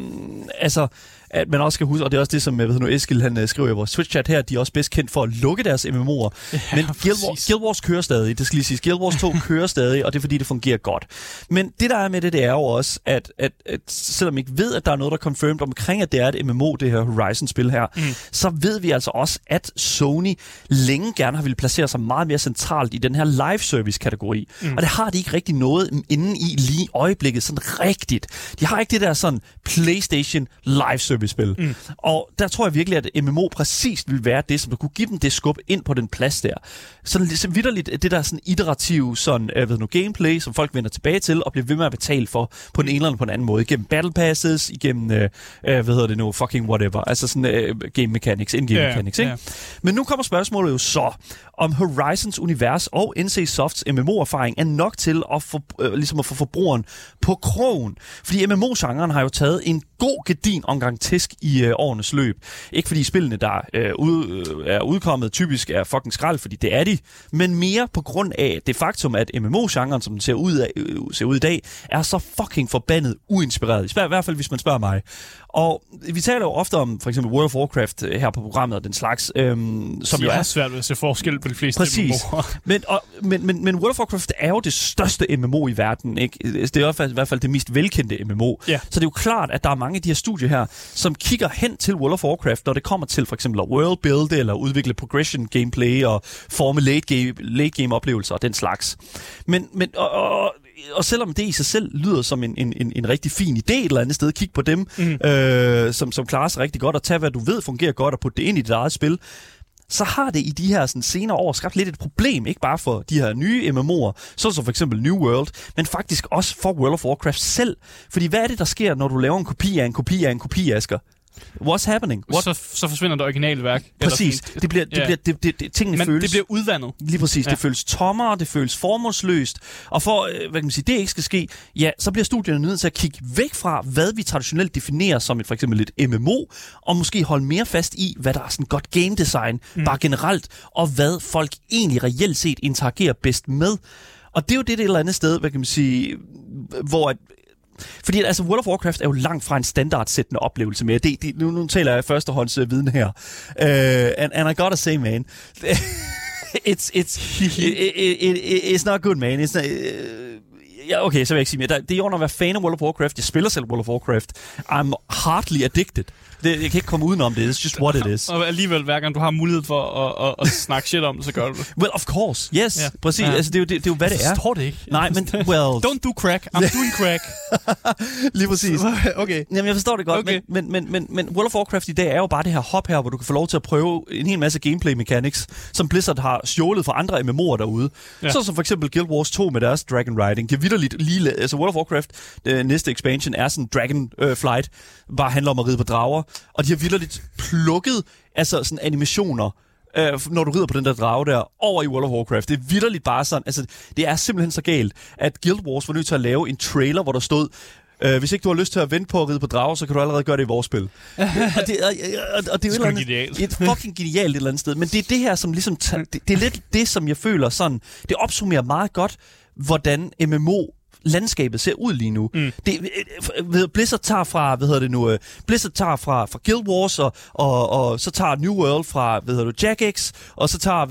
at man også skal huske, og det er også det, som Eskild han skriver i vores Twitch-chat her, de er også bedst kendt for at lukke deres MMO'er. Men Guild Wars kører stadig, det skal lige sige. Guild Wars 2 kører stadig, og det er fordi, det fungerer godt. Men det, der er med det er jo også, at selvom vi ikke ved, at der er noget, der er confirmed omkring, at det er et MMO, det her Horizon-spil her, så ved vi altså også, at Sony længe gerne har ville placere sig meget mere centralt i den her live-service-kategori. Og det har de ikke rigtig noget inde i lige i øjeblikket, sådan rigtigt. De har ikke det der sådan PlayStation live-service-spil. Og der tror jeg virkelig, at MMO præcis vil være det, som der kunne give dem det skub ind på den plads der. Sådan vitterligt det der sådan iterative sådan, gameplay, som folk vender tilbage til og bliver ved med at betale for på den ene eller på den anden måde. Igennem battle passes, igennem, fucking whatever. Altså sådan game mechanics, in-game mechanics, ikke? Men nu kommer spørgsmålet jo så, om Horizons univers og NCSofts MMO-erfaring er nok til at få forbrugeren på krogen. Fordi MMO-genren har jo taget en god gedin omgang tæsk i årenes løb. Ikke fordi spillene, der er udkommet, typisk er fucking skrald, fordi det er de, men mere på grund af det faktum, at MMO-genren, som den ser ud i dag, er så fucking forbandet uinspireret. I hvert fald, hvis man spørger mig. Og vi taler jo ofte om for eksempel World of Warcraft her på programmet og den slags, som jo er svært ved at se forskel på de fleste MMO'er. Men World of Warcraft er jo det største MMO i verden, ikke? Det er i hvert fald det mest velkendte MMO. Yeah. Så det er jo klart, at der er mange af de her studier her, som kigger hen til World of Warcraft, når det kommer til for eksempel at world builde eller udvikle progression gameplay og forme late game oplevelser og den slags. Og selvom det i sig selv lyder som en rigtig fin idé et eller andet sted, kig på dem, som klarer sig rigtig godt, og tage hvad du ved fungerer godt og putte det ind i dit eget spil, så har det i de her sådan, senere år skabt lidt et problem, ikke bare for de her nye MMO'er, så for eksempel New World, men faktisk også for World of Warcraft selv. Fordi hvad er det, der sker, når du laver en kopi af en kopi af en kopi, Asger? What's happening? Så forsvinder det originale værk. Præcis. Tingene føles... det bliver udvandet. Lige præcis. Ja. Det føles tommere, det føles formålsløst. Og for, hvad kan man sige, det ikke skal ske, ja, så bliver studierne nødt til at kigge væk fra, hvad vi traditionelt definerer som for eksempel et MMO, og måske holde mere fast i, hvad der er sådan godt game design, bare generelt, og hvad folk egentlig reelt set interagerer bedst med. Og det er jo det et eller andet sted, hvad kan man sige, hvor... Fordi altså, World of Warcraft er jo langt fra en standardsættende oplevelse mere. Nu taler jeg førstehånds viden her. And I gotta say, man, it's not good, man. It's not, ja, okay, så vil jeg ikke sige mere. Det er under at være fan af World of Warcraft. Jeg spiller selv World of Warcraft. I'm hardly addicted. Jeg kan ikke komme udenom det. It's just what it is. Og alligevel, hver gang du har mulighed for at snakke shit om det, så gør du det. Well, of course. Yes, præcis. Ja. Altså, det er jo, hvad det er. Jeg forstår det ikke. Nej, men, well... Don't do crack. I'm doing crack. Lige præcis. Okay. Jamen, jeg forstår det godt, okay. men World of Warcraft i dag er jo bare det her hop her, hvor du kan få lov til at prøve en hel masse gameplay mechanics, som Blizzard har stjålet fra andre MMO'er derude. Ja. Så som for eksempel Guild Wars 2 med deres Dragon Riding. Det vitterligt lige... Altså, World of Warcraft, næste expansion, er sådan Dragon Flight, bare handler om at ride på drager, og de har vitterligt plukket altså sådan animationer, når du rider på den der drage der, over i World of Warcraft. Det er vitterligt bare sådan, altså det er simpelthen så galt, at Guild Wars var nødt til at lave en trailer, hvor der stod, hvis ikke du har lyst til at vente på at ride på drager, så kan du allerede gøre det i vores spil. og det er jo et fucking genialt et eller andet sted. Men det er det her, som ligesom, det er lidt det, som jeg føler sådan, det opsummerer meget godt, hvordan MMO-landskabet ser ud lige nu. Blizzard tager fra, Blizzard tager fra Guild Wars, og så tager New World fra, Jagex, og så tager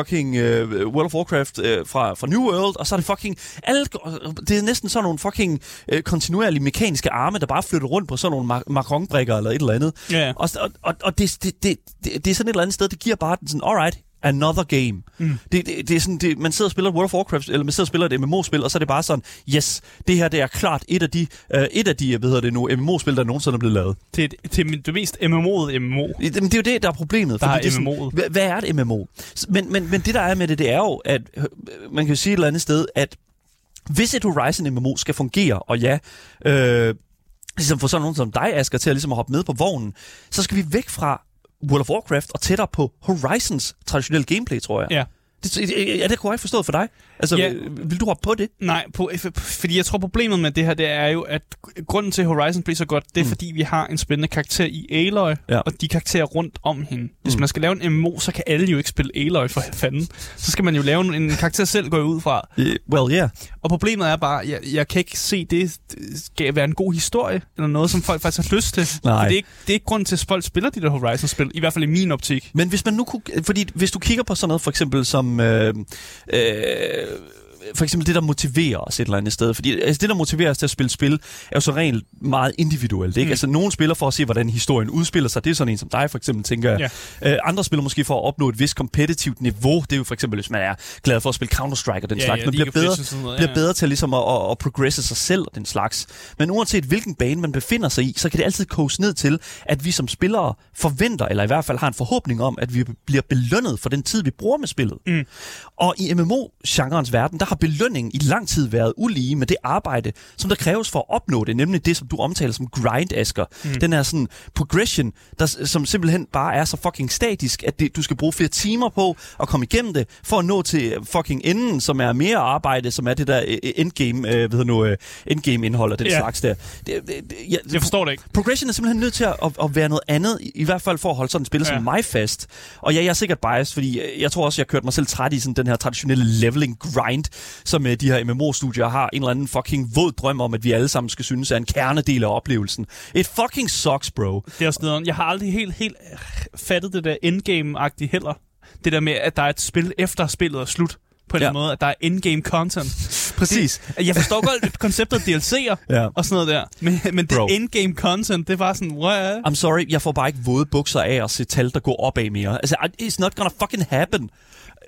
World of Warcraft fra New World, og så er det fucking det er næsten sådan nogle fucking kontinuerlige mekaniske arme, der bare flytter rundt på sådan nogle Macron-brikker eller et eller andet. Yeah. Og det er sådan et eller andet sted, det giver bare sådan, alright, another game. Det er sådan, man sidder og spiller World of Warcraft, eller man sidder og spiller et MMO-spil, og så er det bare sådan, yes, det her det er klart et af de MMO-spil, der nogensinde er blevet lavet. Det mest MMO'ede MMO. Det er jo det, der er problemet. Der er MMO'et. Hvad er et MMO? Men det, der er med det er jo, at man kan jo sige et eller andet sted, at hvis et Horizon MMO skal fungere, og ja, ligesom for sådan nogen som dig, Asger, til at ligesom hoppe med på vognen, så skal vi væk fra World of Warcraft og tættere på Horizons traditionelle gameplay, tror jeg. Ja. Er det korrekt forstået for dig? Altså, ja. Vil du hoppe på det? Nej, fordi jeg tror, problemet med det her, det er jo, at grunden til, Horizon bliver så godt, det er, fordi vi har en spændende karakter i Aloy, og de karakterer rundt om hende. Hvis man skal lave en MMO, så kan alle jo ikke spille Aloy for fanden. Så skal man jo lave en karakter selv, går ud fra. Well, yeah. Og problemet er bare, jeg kan ikke se, det skal være en god historie, eller noget, som folk faktisk har lyst til. Nej. Det er ikke grund til, at folk spiller de der Horizon-spil, i hvert fald i min optik. Men hvis man nu kunne... Fordi hvis du kigger på sådan noget, for eksempel som... for eksempel det, der motiverer os et eller andet sted. Fordi altså, det, der motiverer os til at spille spil, er jo så rent meget individuelt. Ikke? Altså, nogen spiller for at se, hvordan historien udspiller sig. Det er sådan en som dig, for eksempel, tænker jeg. Andre spiller måske for at opnå et vist kompetitivt niveau. Det er jo for eksempel, hvis man er glad for at spille Counter-Strike og den slags. Man bliver bedre til ligesom at progresse sig selv og den slags. Men uanset hvilken bane man befinder sig i, så kan det altid koges ned til, at vi som spillere forventer, eller i hvert fald har en forhåbning om, at vi bliver belønnet for den tid, vi bruger med spillet. Og i MMO-genrens verden, der har belønningen i lang tid været ulige med det arbejde, som der kræves for at opnå det, nemlig det, som du omtaler som grind, Asger. Den her sådan progression, som simpelthen bare er så fucking statisk, at du skal bruge flere timer på at komme igennem det, for at nå til fucking enden, som er mere arbejde, som er det der endgame-indhold og den slags der. Jeg forstår det ikke. Progression er simpelthen nødt til at være noget andet, i hvert fald for at holde sådan et spil som mig fast. Og jeg er sikkert biased, fordi jeg tror også, jeg har kørt mig selv træt i sådan den her traditionelle leveling grind, som de her MMO-studier har en eller anden fucking våd drøm om, at vi alle sammen skal synes er en kernedel af oplevelsen. It fucking sucks, bro. Det er også noget, jeg har aldrig helt fattet det der endgame-agtigt heller. Det der med, at der er et spil efter spillet er slut. På en måde, at der er endgame content. Præcis. Jeg forstår godt konceptet DLC'er og sådan noget der. Men det endgame content, det er bare sådan, what? I'm sorry, jeg får bare ikke våde bukser af at se tal, der går opad mere. Altså, it's not gonna fucking happen.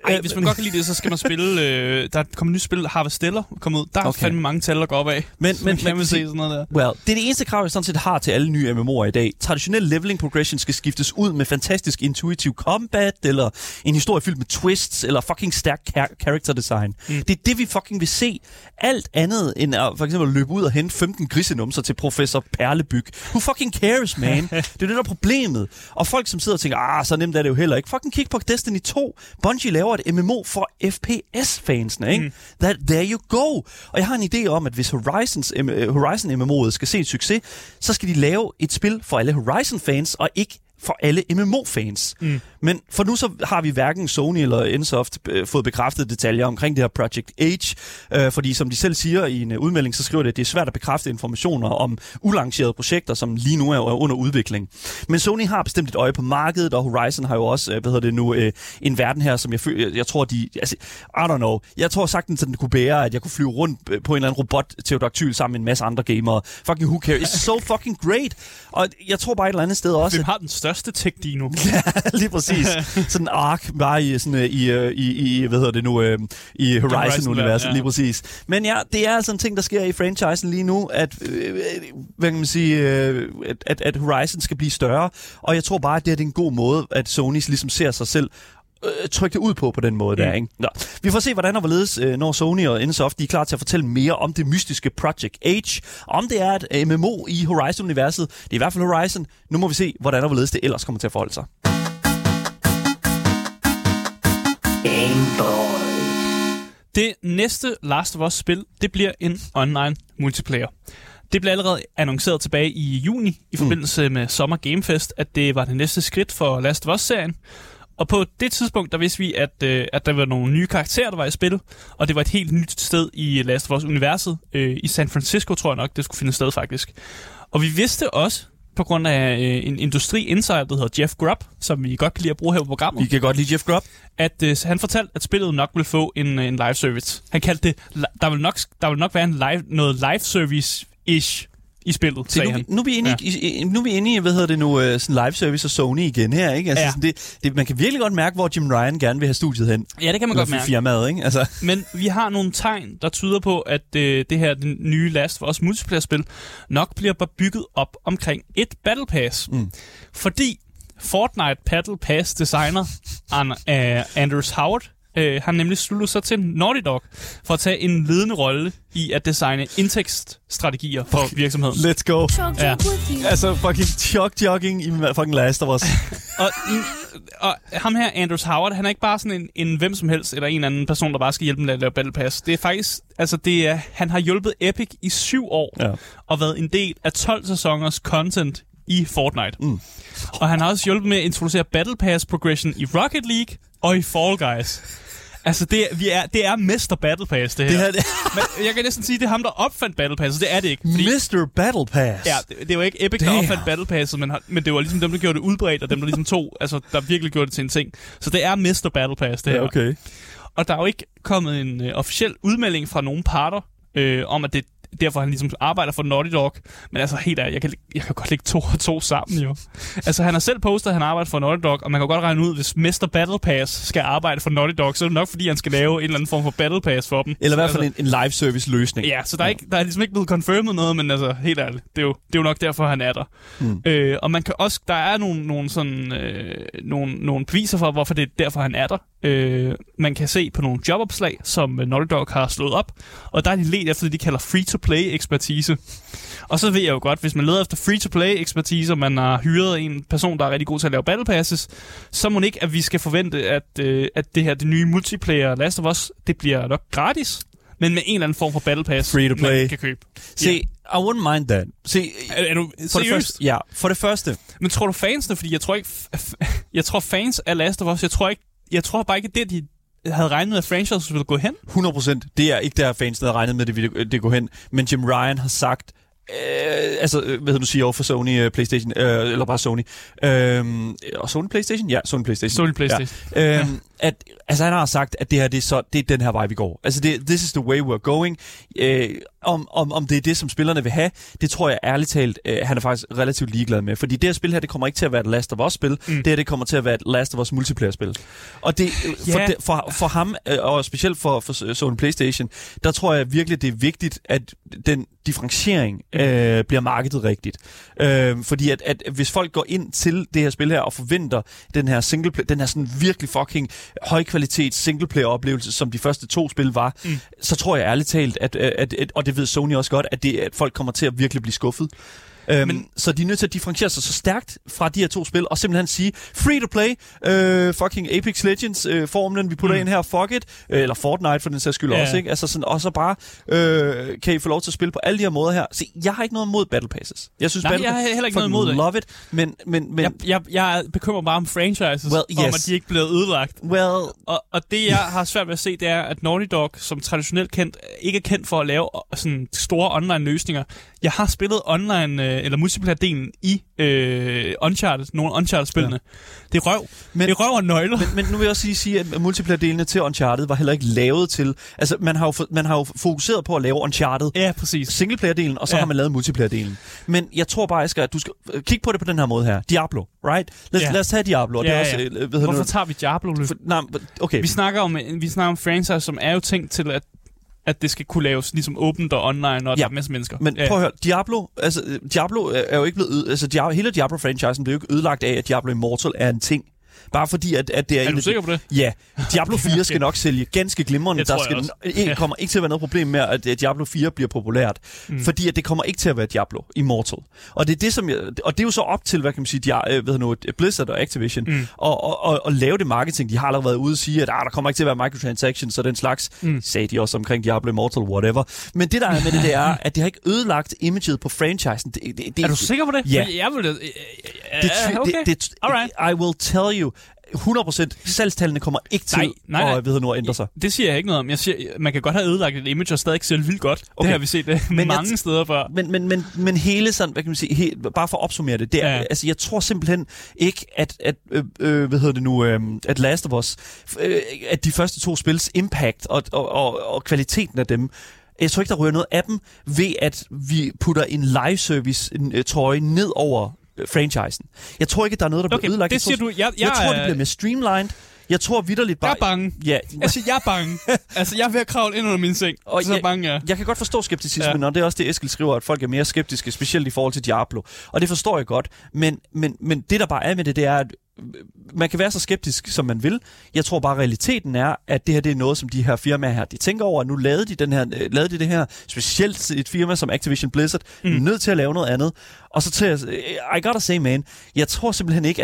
Hvis man godt kan lide det, så skal man spille... der er kommet et nyt spil, Harvesteller, kommet ud. Der er fandme mange tal, der går op af. Men kan man se sådan noget der. Well, det er det eneste krav, jeg sådan set har til alle nye MMO'er i dag. Traditionel leveling progression skal skiftes ud med fantastisk intuitive combat, eller en historie fyldt med twists, eller fucking stærk character design. Det er det, vi fucking vil se. Alt andet end at for eksempel løbe ud og hente 15 grisenumser til professor Perlebyg. Who fucking cares, man? Det er det, der er problemet. Og folk, som sidder og tænker, så nemt er det jo heller ikke. Fucking kig på Destiny 2. Bungie laver et MMO for FPS-fansene, ikke? There you go. Og jeg har en idé om, at hvis Horizon MMO'et skal se en succes, så skal de lave et spil for alle Horizon-fans, og ikke for alle MMO-fans. Men for nu så har vi hverken Sony eller Nsoft fået bekræftet detaljer omkring det her Project H, fordi som de selv siger i en udmelding, så skriver det, at det er svært at bekræfte informationer om ulancerede projekter, som lige nu er under udvikling. Men Sony har bestemt et øje på markedet, og Horizon har jo også, en verden her, som jeg tror, I don't know, jeg tror sagtens, at den kunne bære, at jeg kunne flyve rundt på en eller anden robot-pterodaktyl sammen med en masse andre gamere. Fucking who cares? It's so fucking great! Og jeg tror bare et eller andet sted også... Hvem har den største tech-dino? Ja, lige præcis. Sådan en ark bare i Horizon-universet, lige præcis. Men ja, det er sådan en ting, der sker i franchisen lige nu, at, hvad kan man sige, at Horizon skal blive større, og jeg tror bare, at det er en god måde, at Sony ligesom ser sig selv trykke det ud på den måde der, ikke? Nå. Vi får se, hvordan og hvorledes, når Sony og Nsoft de er klar til at fortælle mere om det mystiske Project H. Om det er et MMO i Horizon-universet. Det er i hvert fald Horizon. Nu må vi se, hvordan og hvorledes det ellers kommer til at forholde sig. Det næste Last of Us-spil, det bliver en online multiplayer. Det blev allerede annonceret tilbage i juni i forbindelse med Summer Game Fest, at det var det næste skridt for Last of Us-serien. Og på det tidspunkt, der vidste vi, at der var nogle nye karakterer, der var i spil, og det var et helt nyt sted i Last of Us-universet. I San Francisco, tror jeg nok, det skulle finde sted faktisk. Og vi vidste også, på grund af en industri-insider, der hedder Jeff Grubb, som vi godt kan lide at bruge her på programmet. Vi kan godt lide Jeff Grubb. At han fortalte, at spillet nok vil få en live service. Han kaldte det, der vil nok være noget live service-ish i spillet, sagde han. Nu er vi inde i, sådan live service og Sony igen her, ikke? Altså, sådan man kan virkelig godt mærke, hvor Jim Ryan gerne vil have studiet hen. Ja, det kan man godt mærke. Firmaet, ikke? Altså. Men vi har nogle tegn, der tyder på, at det nye Last of Us multiplayer-spil nok bliver bygget op omkring et Battle Pass. Fordi Fortnite Battle Pass designer Anders Howard har nemlig sluttet sig til Naughty Dog for at tage en ledende rolle i at designe indtægtsstrategier for virksomheden. Let's go. Ja. Altså fucking jogging i fucking Last of Us. og ham her, Anders Howard, han er ikke bare sådan en hvem som helst, eller en eller anden person, der bare skal hjælpe dem med at lave Battle Pass. Det er faktisk, han har hjulpet Epic i 7 år, og været en del af 12 sæsoners content i Fortnite. Og han har også hjulpet med at introducere Battle Pass progression i Rocket League og i Fall Guys. Altså, det er Mr. Battle Pass, det her. Men jeg kan næsten sige, det er ham, der opfandt Battle Pass, det er det ikke. Fordi, Mr. Battle Pass? Ja, det var ikke Epic, der opfandt Battle Pass, men det var ligesom dem, der gjorde det udbredt, og dem, der ligesom der virkelig gjorde det til en ting. Så det er Mr. Battle Pass, det her. Ja, okay. Og der er jo ikke kommet en officiel udmelding fra nogen parter, om at det derfor han ligesom arbejder for Naughty Dog. Men altså helt ærligt, jeg kan godt lægge 2 og 2 sammen jo. Altså han har selv postet, at han arbejder for Naughty Dog, og man kan godt regne ud, hvis Mr. Battle Pass skal arbejde for Naughty Dog, så er det nok fordi, han skal lave en eller anden form for Battle Pass for dem. Eller i hvert fald en live service løsning. Ja, så der er ligesom ikke blevet confirmed noget, men altså helt ærligt, det er jo nok derfor, han er der. Og man kan også, der er nogle beviser for, hvorfor det er derfor, han er der. Man kan se på nogle jobopslag, som Naughty Dog har slået op, og der er de ledt efter det, de kalder free-to-play ekspertise. Og så ved jeg jo godt, hvis man leder efter free-to-play ekspertise, og man har hyret en person, der er rigtig god til at lave battle passes, så må ikke, at vi skal forvente, at det nye multiplayer Last of Us, det bliver nok gratis, men med en eller anden form for battle pass, free-to-play, man kan købe. Se, I wouldn't mind that. Se, er du seriøst? Ja, for det første. Men tror du fansene, fordi jeg tror fans af Last of Us, jeg tror bare ikke, det de havde regnet med, at franchise ville gå hen. 100%. Det er ikke der fans, der havde regnet med, at det går hen. Men Jim Ryan har sagt, CEO for Sony PlayStation, eller bare Sony. Og Sony PlayStation? Ja, Sony PlayStation. Sony PlayStation. Ja. altså han har sagt, at det her, det er den her vej, vi går. Altså, this is the way we're going. Om det er det, som spillerne vil have, det tror jeg ærligt talt, han er faktisk relativt ligeglad med. Fordi det her spil her, det kommer ikke til at være et Last of Us-spil. Det her, det kommer til at være et Last of Us multiplayer-spil. Og det, for ham, og specielt for Sony PlayStation, der tror jeg virkelig, det er vigtigt, at den differentiering bliver markedet rigtigt. Fordi at hvis folk går ind til det her spil her og forventer den her sådan virkelig fucking højkvalitet singleplayer-oplevelse, som de første 2 spil var, så tror jeg ærligt talt, at og det ved Sony også godt, at folk kommer til at virkelig blive skuffet. Så de er nødt til at differentiere sig så stærkt fra de her 2 spil, og simpelthen sige, free to play, fucking Apex Legends formlen, vi putter ind her, fuck it, eller Fortnite for den sags skyld også, ikke? Altså sådan, og så bare, kan I få lov til at spille på alle de her måder her. Se, jeg har ikke noget imod Battle Passes. Jeg synes, jeg har heller ikke noget imod det. Love it, men jeg er bekymret bare om franchises, om at de ikke bliver ødelagt. Og det, jeg har svært ved at se, det er, at Naughty Dog, som traditionelt ikke er kendt for at lave sådan store online-løsninger. Jeg har spillet online eller multiplayer-delen i nogle Uncharted-spillene. Det er røv. Det er røv og nøgler. Men nu vil jeg også sige, at multiplayer-delene til Uncharted var heller ikke lavet til... Altså, man har jo fokuseret på at lave Uncharted. Ja, præcis. Singleplayer-delen, og så har man lavet multiplayer-delen. Men jeg tror bare, Asger, at du skal kigge på det på den her måde her. Diablo, right? Lad os tage Diablo. Det er også, hvorfor tager vi Diablo? Okay. Vi snakker om franchise, som er jo tænkt til at det skal kunne laves ligesom åbent og online, og der er masser af mennesker. Men prøv at høre, Diablo er jo ikke blevet hele Diablo-franchisen blev jo ikke ødelagt af, at Diablo Immortal er en ting. Bare fordi, at det er... Er du sikker på det? Ja. Diablo 4 skal nok sælge ganske glimrende. Der kommer ikke til at være noget problem med, at Diablo 4 bliver populært. Fordi at det kommer ikke til at være Diablo Immortal. Og det er det, og det er jo så op til, hvad kan man sige, Blizzard og Activision, og lave det marketing. De har allerede været ude og sige, at der kommer ikke til at være microtransactions og den slags. Sagde de også omkring Diablo Immortal, whatever. Men det, der er med det er, at det har ikke ødelagt imaget på franchisen. Er du sikker på det? Ja. Jeg vil okay. I will tell you, 100% salgstallene kommer ikke til at ændre sig. Det siger jeg ikke noget om. Jeg siger, man kan godt have ødelagt et image og stadig sælge vildt godt. Okay. Det har vi set mange steder før. Men hele sådan, hvad kan man sige, bare for at opsummere det, det er, altså jeg tror simpelthen ikke, at Last of Us, at de første 2 spils impact og kvaliteten af dem, jeg tror ikke, der ryger noget af dem ved, at vi putter en live service trøje ned over franchisen. Jeg tror ikke, at der er noget, der bliver ødelagt. Det siger du. Jeg tror, det bliver mere streamlined. Jeg tror vitterligt bare... Jeg er bange. Ja. Altså, jeg er bange. Altså, jeg er ved at kravle ind under min seng. Og så bange jeg. Jeg kan godt forstå skepticismen, og det er også det, Eskil skriver, at folk er mere skeptiske, specielt i forhold til Diablo. Og det forstår jeg godt. Men det, der bare er med det, det er, at man kan være så skeptisk, som man vil. Jeg tror bare, realiteten er, at det her det er noget, som de her firmaer her, de tænker over, at nu lavede de det her, specielt et firma som Activision Blizzard, nødt til at lave noget andet. Og så til I gotta say, man, jeg tror simpelthen ikke, at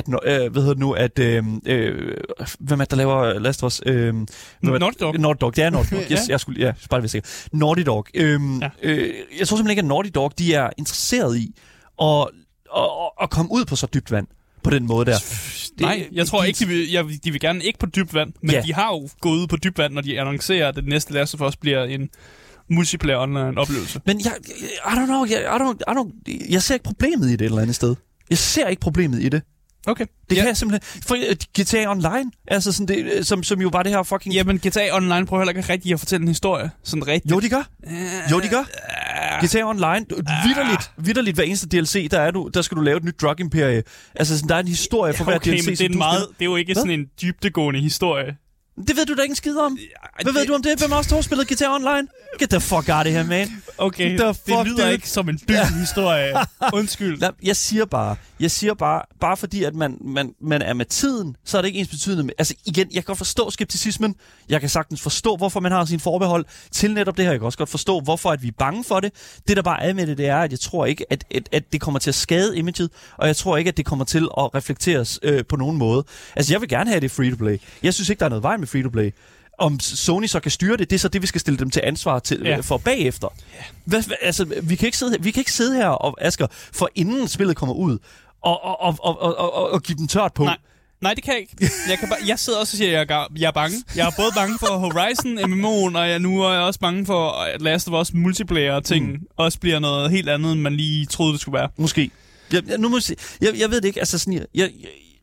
hvem er der laver Last of Us? Naughty Dog. Naughty Dog, det er Naughty Dog. Yes, jeg skulle bare være sikker. Naughty Dog. Jeg tror simpelthen ikke, at Naughty Dog, de er interesseret i at komme ud på så dybt vand. På den måde der. Nej, jeg tror ikke, de vil gerne ikke på dybt vand, men de har jo gået ud på dybt vand, når de annoncerer, at det næste Last of Us bliver en multiplayer online oplevelse. Men I don't know, jeg ser ikke problemet i det et eller andet sted. Jeg ser ikke problemet i det. Okay. Det kan jeg simpelthen... For GTA Online, altså sådan det, som jo var det her fucking... Jamen, GTA Online prøver heller ikke rigtig at fortælle en historie. Sådan rigtigt. Jo, de gør. GTA Online, vitterligt hver eneste DLC, der skal du lave et nyt drug-imperie. Altså, sådan, der er en historie for hver DLC. Men det er jo ikke sådan en dybdegående historie. Det ved du da ikke en skid om. Hvad ved du om det? Hvem også har spillet GTA Online? Get the fuck out of here, man. Okay, det lyder ikke som en dyb historie. Undskyld. Jeg siger bare fordi, at man er med tiden, så er det ikke ens betydende med... Altså igen, jeg kan godt forstå skepticismen. Jeg kan sagtens forstå, hvorfor man har sin forbehold til netop det her. Jeg kan også godt forstå, hvorfor at vi er bange for det. Det, der bare er med det er, at jeg tror ikke, at det kommer til at skade imaget, og jeg tror ikke, at det kommer til at reflekteres på nogen måde. Altså, jeg vil gerne have det free-to-play. Jeg synes ikke, der er noget vej med free-to-play. Om Sony så kan styre det, det er så det, vi skal stille dem til ansvar for bagefter. Altså, vi kan ikke sidde her og Asger, for inden spillet kommer ud, og give dem tørt på. Nej, det kan jeg ikke. Jeg sidder også og siger, at jeg er bange. Jeg er både bange for Horizon, MMO'en, og nu er jeg også bange for, at Last of Us multiplayer-ting også bliver noget helt andet, end man lige troede, det skulle være. Måske. Jeg ved det ikke. Altså sådan,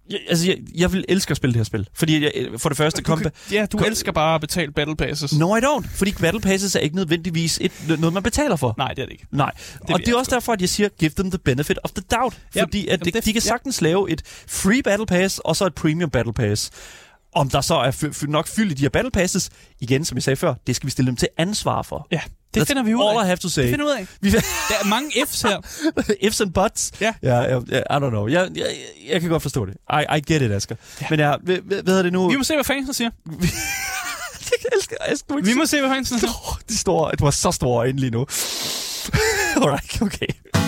Jeg vil elske at spille det her spil. Fordi for det første... Du elsker bare at betale Battle Passes. No, I don't. Fordi Battle Passes er ikke nødvendigvis noget, man betaler for. Nej, det er det ikke. Nej. Og det er også derfor, at jeg siger, give them the benefit of the doubt. Fordi at de kan sagtens lave et free Battle Pass, og så et premium Battle Pass. Om der så er nok fyldt i de her Battle Passes, igen, som jeg sagde før, det skal vi stille dem til ansvar for. Ja. Det finder vi ud af. All I have to say. Det finder ud af. Der er mange F's her. Ifs and buts? Ja. I don't know. Jeg kan godt forstå det. I get it, Asger. Ja. Men hvad er det nu? Vi må se, hvad fansen siger. Jeg elsker vi må se, hvad fansen siger. Du har så store øjne lige nu. Alright, okay.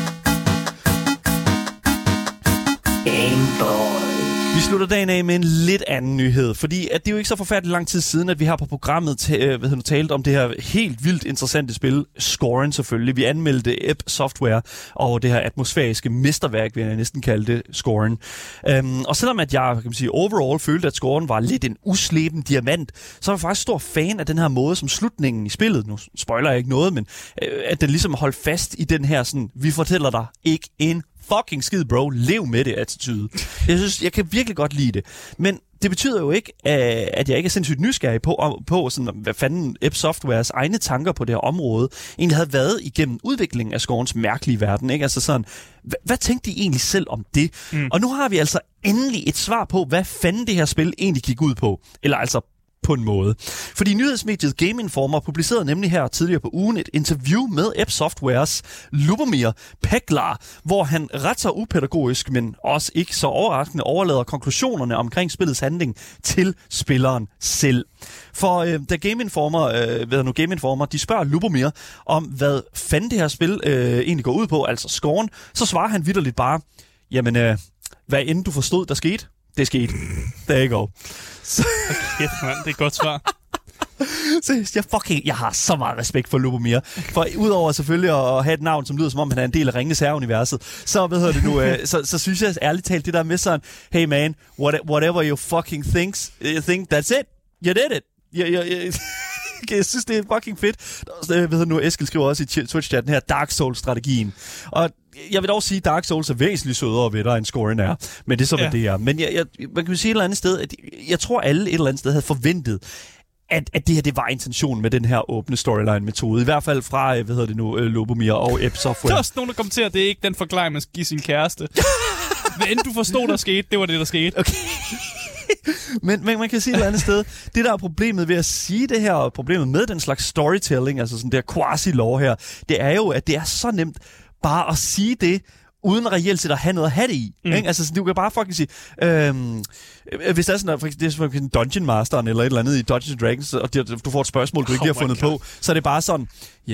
Vi slutter dagen af med en lidt anden nyhed, fordi at det er jo ikke så forfærdeligt lang tid siden, at vi har på programmet talt om det her helt vildt interessante spil, Scorn selvfølgelig. Vi anmeldte Ebb Software og det her atmosfæriske mesterværk, vil jeg næsten kalde det, Scorn. Og selvom at jeg kan sige, overall følte, at Scorn var lidt en usleben diamant, så er jeg faktisk stor fan af den her måde, som slutningen i spillet, nu spoiler jeg ikke noget, men at den ligesom holdt fast i den her sådan, vi fortæller dig ikke en fucking skid, bro. Lev med det attitude. Jeg synes, jeg kan virkelig godt lide det. Men det betyder jo ikke, at jeg ikke er sindssygt nysgerrig på sådan, hvad fanden Ebb Softwares egne tanker på det her område egentlig havde været igennem udviklingen af Scorns mærkelige verden. Ikke? Altså sådan, hvad tænkte de egentlig selv om det? Og nu har vi altså endelig et svar på, hvad fanden det her spil egentlig gik ud på. Eller altså på en måde. Fordi nyhedsmediet Game Informer publicerede nemlig her tidligere på ugen et interview med Ebb Softwares Lubomir Peglar, hvor han ret så upædagogisk, men også ikke så overraskende overlader konklusionerne omkring spillets handling til spilleren selv. For da Game Informer, de spørger Lubomir om, hvad fanden det her spil egentlig går ud på, altså Scorn, så svarer han vitterligt bare, jamen, hvad end du forstod, der skete, det skete. There you go. Okay, man, det er et godt svar. Jeg har så meget respekt for Lubomir. For udover selvfølgelig at have et navn, som lyder som om han er en del af Ringenes Herre-universet, så synes jeg ærligt talt det der med sådan, hey man, whatever you fucking think, that's it. You did it. Jeg synes, det er fucking fedt. Eskild skriver også i Twitch-chatten her, Dark Souls-strategien. Og jeg vil dog sige, at Dark Souls er væsentligt sødere ved dig, end Scorn er. Men det er så, hvad det er. Men man kan jo sige et eller andet sted, at jeg tror, alle et eller andet sted havde forventet, at det her, det var intentionen med den her åbne storyline-metode. I hvert fald fra, Lubomir og Ebb Software. Der er også nogen, der kommenterer, at det er ikke den forklaring, man skal give sin kæreste. Hvad end du forstod, der skete, det var det, der skete. Okay. Men man kan sige et eller andet sted, det der er problemet ved at sige det her, og problemet med den slags storytelling, altså sådan der quasi-lore her, det er jo, at det er så nemt bare at sige det, uden reelt set at have noget at have det i. Ikke? Altså, du kan bare fucking sige, hvis der er sådan, det er sådan Dungeon Masteren eller et eller andet i Dungeons & Dragons, og du får et spørgsmål, du ikke lige har fundet på, så er det bare sådan,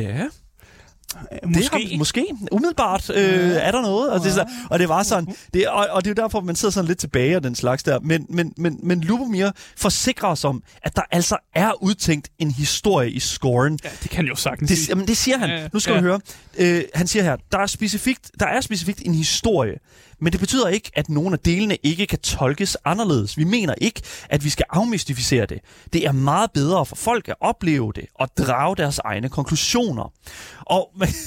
Måske. Umiddelbart er der noget. Og det var sådan. Og det er jo derfor, man sidder sådan lidt tilbage af den slags der. Men Lubomir forsikrer os om, at der altså er udtænkt en historie i Scorn. Ja, det kan jo sagtens sige. Det siger han. Nu skal vi høre. Han siger her, der er specifikt en historie. Men det betyder ikke, at nogle af delene ikke kan tolkes anderledes. Vi mener ikke, at vi skal afmystificere det. Det er meget bedre for folk at opleve det og drage deres egne konklusioner. Og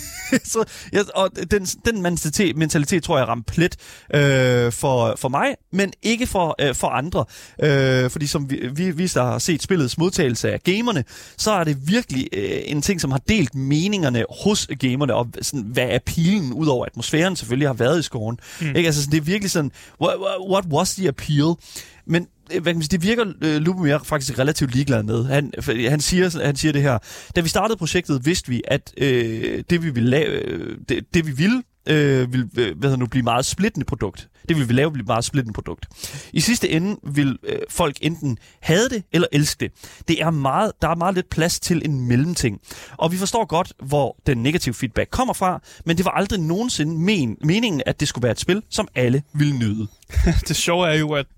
den mentalitet tror jeg rammer plet for mig, men ikke for andre. Fordi som vi der har set spillets modtagelse af gamerne, så er det virkelig en ting, som har delt meningerne hos gamerne, og sådan, hvad er pilen, ud over atmosfæren selvfølgelig har været i Scorn. Ikke? Altså, det er virkelig sådan, what was the appeal? Men det virker Lubomir faktisk relativt ligeglad med. Han siger det her. Da vi startede projektet, vidste vi, at det vi ville lave, det vi ville blive meget splittende produkt. Det vil vi lave blive meget splittende produkt. I sidste ende vil folk enten hade det eller elske det. Der er meget lidt plads til en mellemting. Og vi forstår godt, hvor den negative feedback kommer fra, men det var aldrig nogensinde meningen, at det skulle være et spil, som alle ville nyde. Det sjove er jo, at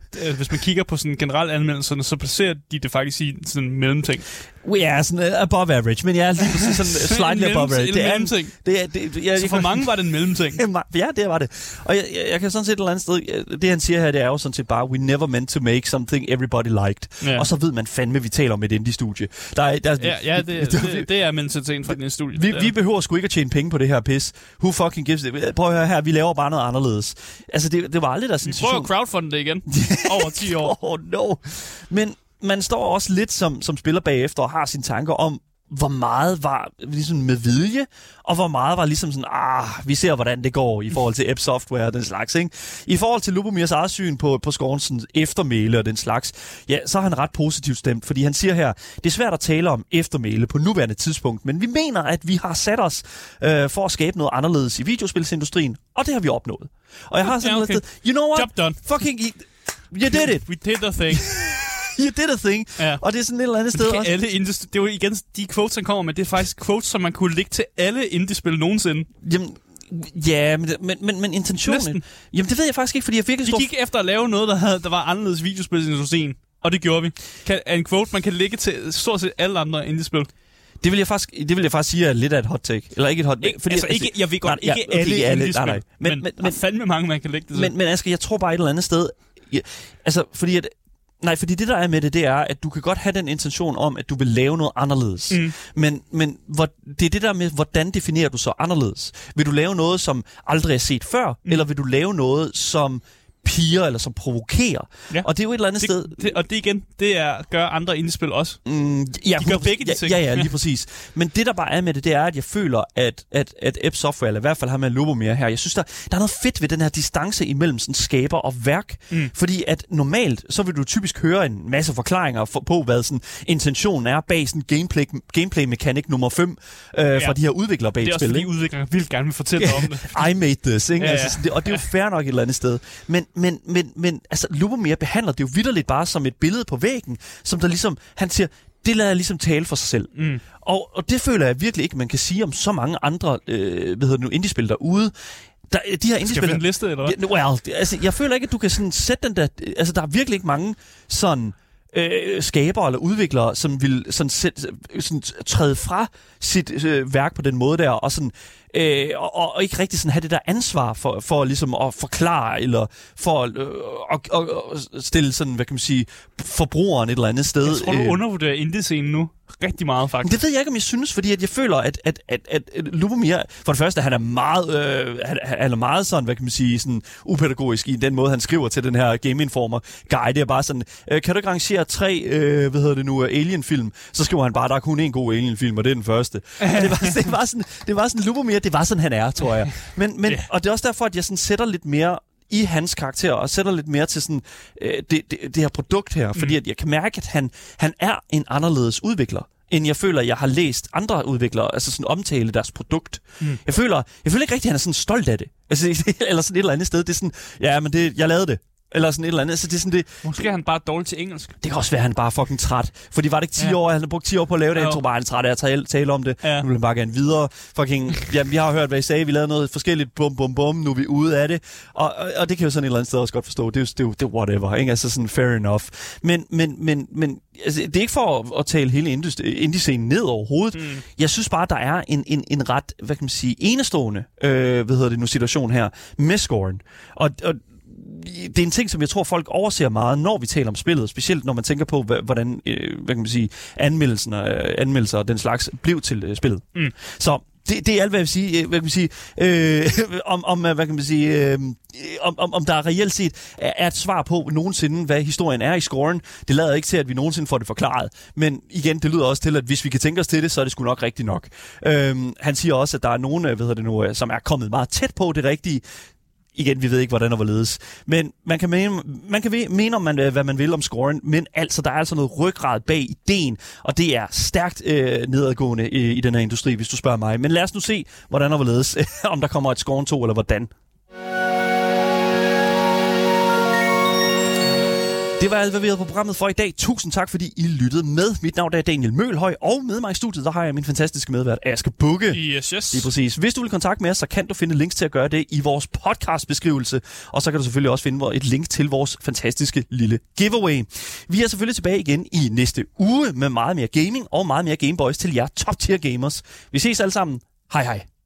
hvis man kigger på sådan generelt anmeldelserne, så placerer de det faktisk i sådan en mellemting. Ja, sådan above average, men jeg er lige præcis sådan slightly above average. Det er en mellemting. Så for mange var det en mellemting. Ja, det var det. Og jeg kan sådan set et eller andet sted, det han siger her, det er jo sådan set bare, we never meant to make something everybody liked. Ja. Og så ved man fandme, vi taler om et indie-studie. Det er mentaliteten fra den studie. Vi behøver sgu ikke at tjene penge på det her pis. Who fucking gives it? Prøv at høre her, vi laver bare noget anderledes. Altså, det var aldrig der sensation. Vi prøver at crowdfunde det igen. Over 10 år. No. Men man står også lidt som spiller bagefter og har sine tanker om, hvor meget var ligesom med vilje, og hvor meget var ligesom sådan, vi ser, hvordan det går i forhold til Ep Software og den slags, ikke? I forhold til Lubomirs eget syn på Scorns eftermæle og den slags, ja, så er han ret positivt stemt, fordi han siger her, det er svært at tale om eftermæle på nuværende tidspunkt, men vi mener, at vi har sat os for at skabe noget anderledes i videospilsindustrien, og det har vi opnået. Og jeg har sådan lidt, you know what? Job done. Fucking, you did it. We did the thing. You did a thing. Ja. Og det er sådan et eller andet sted også. Det er jo igen, de quotes, han kommer med, det er faktisk quotes, som man kunne lægge til alle indie-spil nogensinde. Jamen, ja, men intentionen... Næsten. Jamen, det ved jeg faktisk ikke, fordi jeg virkelig Vi gik efter at lave noget, der var anderledes videospilsindustrien, og det gjorde vi. En quote, man kan lægge til stort set alle andre indie-spil. Det vil jeg faktisk sige er lidt af et hot take. Eller ikke et hot take. Fordi, ikke, jeg ved godt, ikke alle indie-spil, men der er fandme mange, man kan lægge det til. Men Asger, jeg tror bare et eller andet sted... Fordi det, der er med det er, at du kan godt have den intention om, at du vil lave noget anderledes. Men det er det der med, hvordan definerer du så anderledes? Vil du lave noget, som aldrig er set før, eller vil du lave noget, som piger eller som provokerer? Ja. Og det er jo et eller andet sted... Og det igen, det er gør andre indie-spil også. De gør begge de ting. Ja, lige præcis. Men det, der bare er med det er, at jeg føler, at Ep Software, eller i hvert fald har med Lubomir her, jeg synes, der er noget fedt ved den her distance imellem sådan skaber og værk. Fordi at normalt, så vil du typisk høre en masse forklaringer på, hvad sådan intentionen er bag sådan gameplay-mekanik nummer 5 fra de her udviklere bag et spil. Det er også fordi udviklere vil gerne vil fortælle om det. I made this, ikke? Ja. Altså, og det er jo fair nok et eller andet sted. Men altså, Lubomir behandler det jo vitterligt bare som et billede på væggen, som der ligesom, han siger, det lader jeg ligesom tale for sig selv. Og det føler jeg virkelig ikke, man kan sige om så mange andre indie-spil derude. De her skal vi finde en liste, eller hvad? Well, altså, jeg føler ikke, at du kan sådan sætte den der... Altså, der er virkelig ikke mange sådan... skaber eller udviklere, som vil sådan træde fra sit værk på den måde der, og sådan og ikke rigtig sådan have det der ansvar for ligesom at forklare, eller for at stille sådan, hvad kan man sige, forbrugeren et eller andet sted. Jeg tror, du undervurderer indie-scenen nu. Rigtig meget, faktisk. Det ved jeg ikke, om jeg synes, fordi at jeg føler, at Lubomir, for det første, han er meget sådan, hvad kan man sige, sådan upædagogisk i den måde, han skriver til den her Game Informer guide. Det er bare sådan, kan du ikke rangere 3, Alien-film? Så skriver han bare, der er kun en god Alien-film, og det er den første. Det var sådan Lubomir, det var sådan, han er, tror jeg. Men og det er også derfor, at jeg sådan sætter lidt mere i hans karakter, og sætter lidt mere til sådan det her produkt her, fordi at jeg kan mærke, at han er en anderledes udvikler, end jeg føler, at jeg har læst andre udviklere, altså sådan omtale deres produkt. Jeg føler ikke rigtig, at han er sådan stolt af det. Altså, eller sådan et eller andet sted. Det er sådan, ja, men jeg lavede det. Eller sådan et eller andet. Altså, det er sådan det. Måske er han bare dårlig til engelsk. Det kan også være, at han bare er fucking træt. Fordi var det ikke 10 år, han har brugt 10 år på at lave det. Jeg tror bare, han er træt af at tale om det. Nu vil han bare gerne videre. Fucking, vi har hørt, hvad I sagde. Vi lavede noget forskelligt. Bum. Nu er vi ude af det. Og det kan jo sådan et eller andet sted også godt forstå. Det er whatever. Ikke? Altså sådan fair enough. Men altså, det er ikke for at tale hele indie-scenen ned overhovedet. Jeg synes bare, der er en ret, hvad kan man sige, enestående situation her med scoren. Og det er en ting, som jeg tror, folk overser meget, når vi taler om spillet, specielt når man tænker på, hvordan hvad kan man sige, anmeldelser og den slags blev til spillet. Så det er alt, hvad jeg vil sige. Hvad kan man sige? Hvad kan man sige? Om der reelt set er et svar på nogensinde, hvad historien er i scoren. Det lader ikke til, at vi nogensinde får det forklaret. Men igen, det lyder også til, at hvis vi kan tænke os til det, så er det sgu nok rigtigt nok. Han siger også, at der er nogen, som er kommet meget tæt på det rigtige. Igen, vi ved ikke, hvordan der var ledes. Men man kan mene om hvad man vil om scoren, men altså, der er altså noget ryggrad bag ideen, og det er stærkt nedadgående i den her industri, hvis du spørger mig. Men lad os nu se, hvordan der var ledes, om der kommer et scoren 2, eller hvordan. Det var alt, hvad vi havde på programmet for i dag. Tusind tak, fordi I lyttede med. Mit navn er Daniel Mølhøj, og med mig i studiet, der har jeg min fantastiske medvært, Aske Bugge. Yes. Det er præcis. Hvis du vil kontakte med os, så kan du finde links til at gøre det i vores podcastbeskrivelse. Og så kan du selvfølgelig også finde et link til vores fantastiske lille giveaway. Vi er selvfølgelig tilbage igen i næste uge med meget mere gaming og meget mere Gameboys til jer top-tier gamers. Vi ses alle sammen. Hej hej.